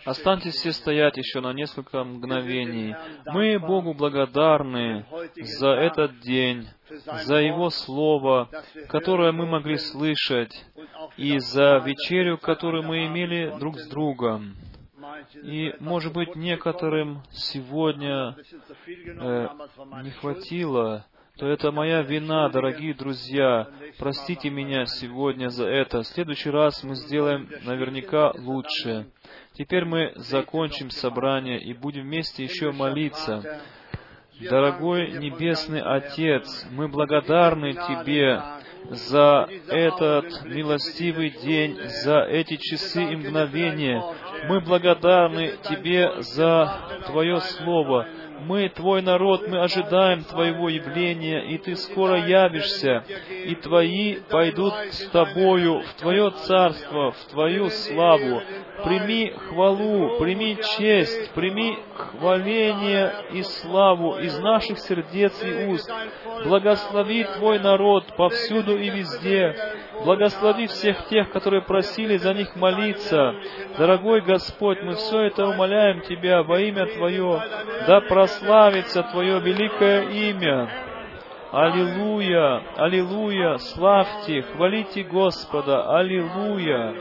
[SPEAKER 1] Останьтесь все стоять еще на несколько мгновений. Мы Богу благодарны за этот день, за Его Слово, которое мы могли слышать, и за вечерю, которую мы имели друг с другом. И, может быть, некоторым сегодня э, не хватило, то это моя вина, дорогие друзья. Простите меня сегодня за это. В следующий раз мы сделаем наверняка лучше. Теперь мы закончим собрание и будем вместе еще молиться. Дорогой Небесный Отец, мы благодарны Тебе за этот милостивый день, за эти часы и мгновения. Мы благодарны Тебе за Твое Слово. Мы, Твой народ, мы ожидаем Твоего явления, и Ты скоро явишься, и Твои пойдут с Тобою в Твое Царство, в Твою славу. Прими хвалу, прими честь, прими хваление и славу из наших сердец и уст. Благослови Твой народ повсюду и везде. Благослови всех тех, которые просили за них молиться. Дорогой Господь, мы все это умоляем Тебя во имя Твое. Да прославится Твое великое имя. Аллилуйя! Аллилуйя! Славьте, хвалите Господа! Аллилуйя!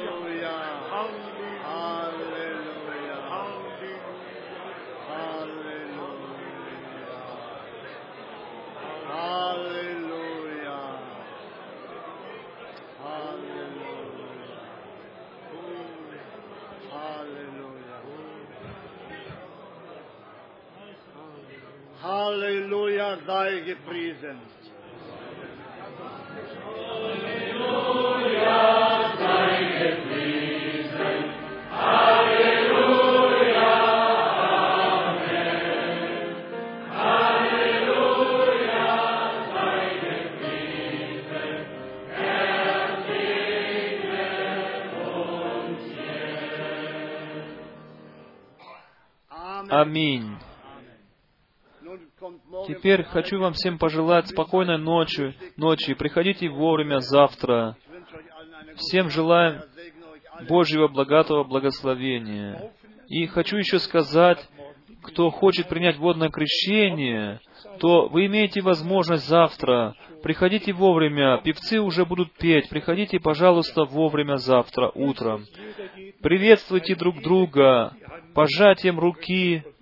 [SPEAKER 2] Halleluja, sei gepriesen. Halleluja, sei gepriesen. Halleluja, Amen. Halleluja, sei gepriesen. Er segne uns jetzt.
[SPEAKER 1] Аминь. Теперь хочу вам всем пожелать спокойной ночи, ночи. Приходите вовремя завтра. Всем желаем Божьего богатого благословения. И хочу еще сказать, кто хочет принять водное крещение, то вы имеете возможность завтра. Приходите вовремя. Певцы уже будут петь. Приходите, пожалуйста, вовремя завтра утром. Приветствуйте друг друга пожатием руки.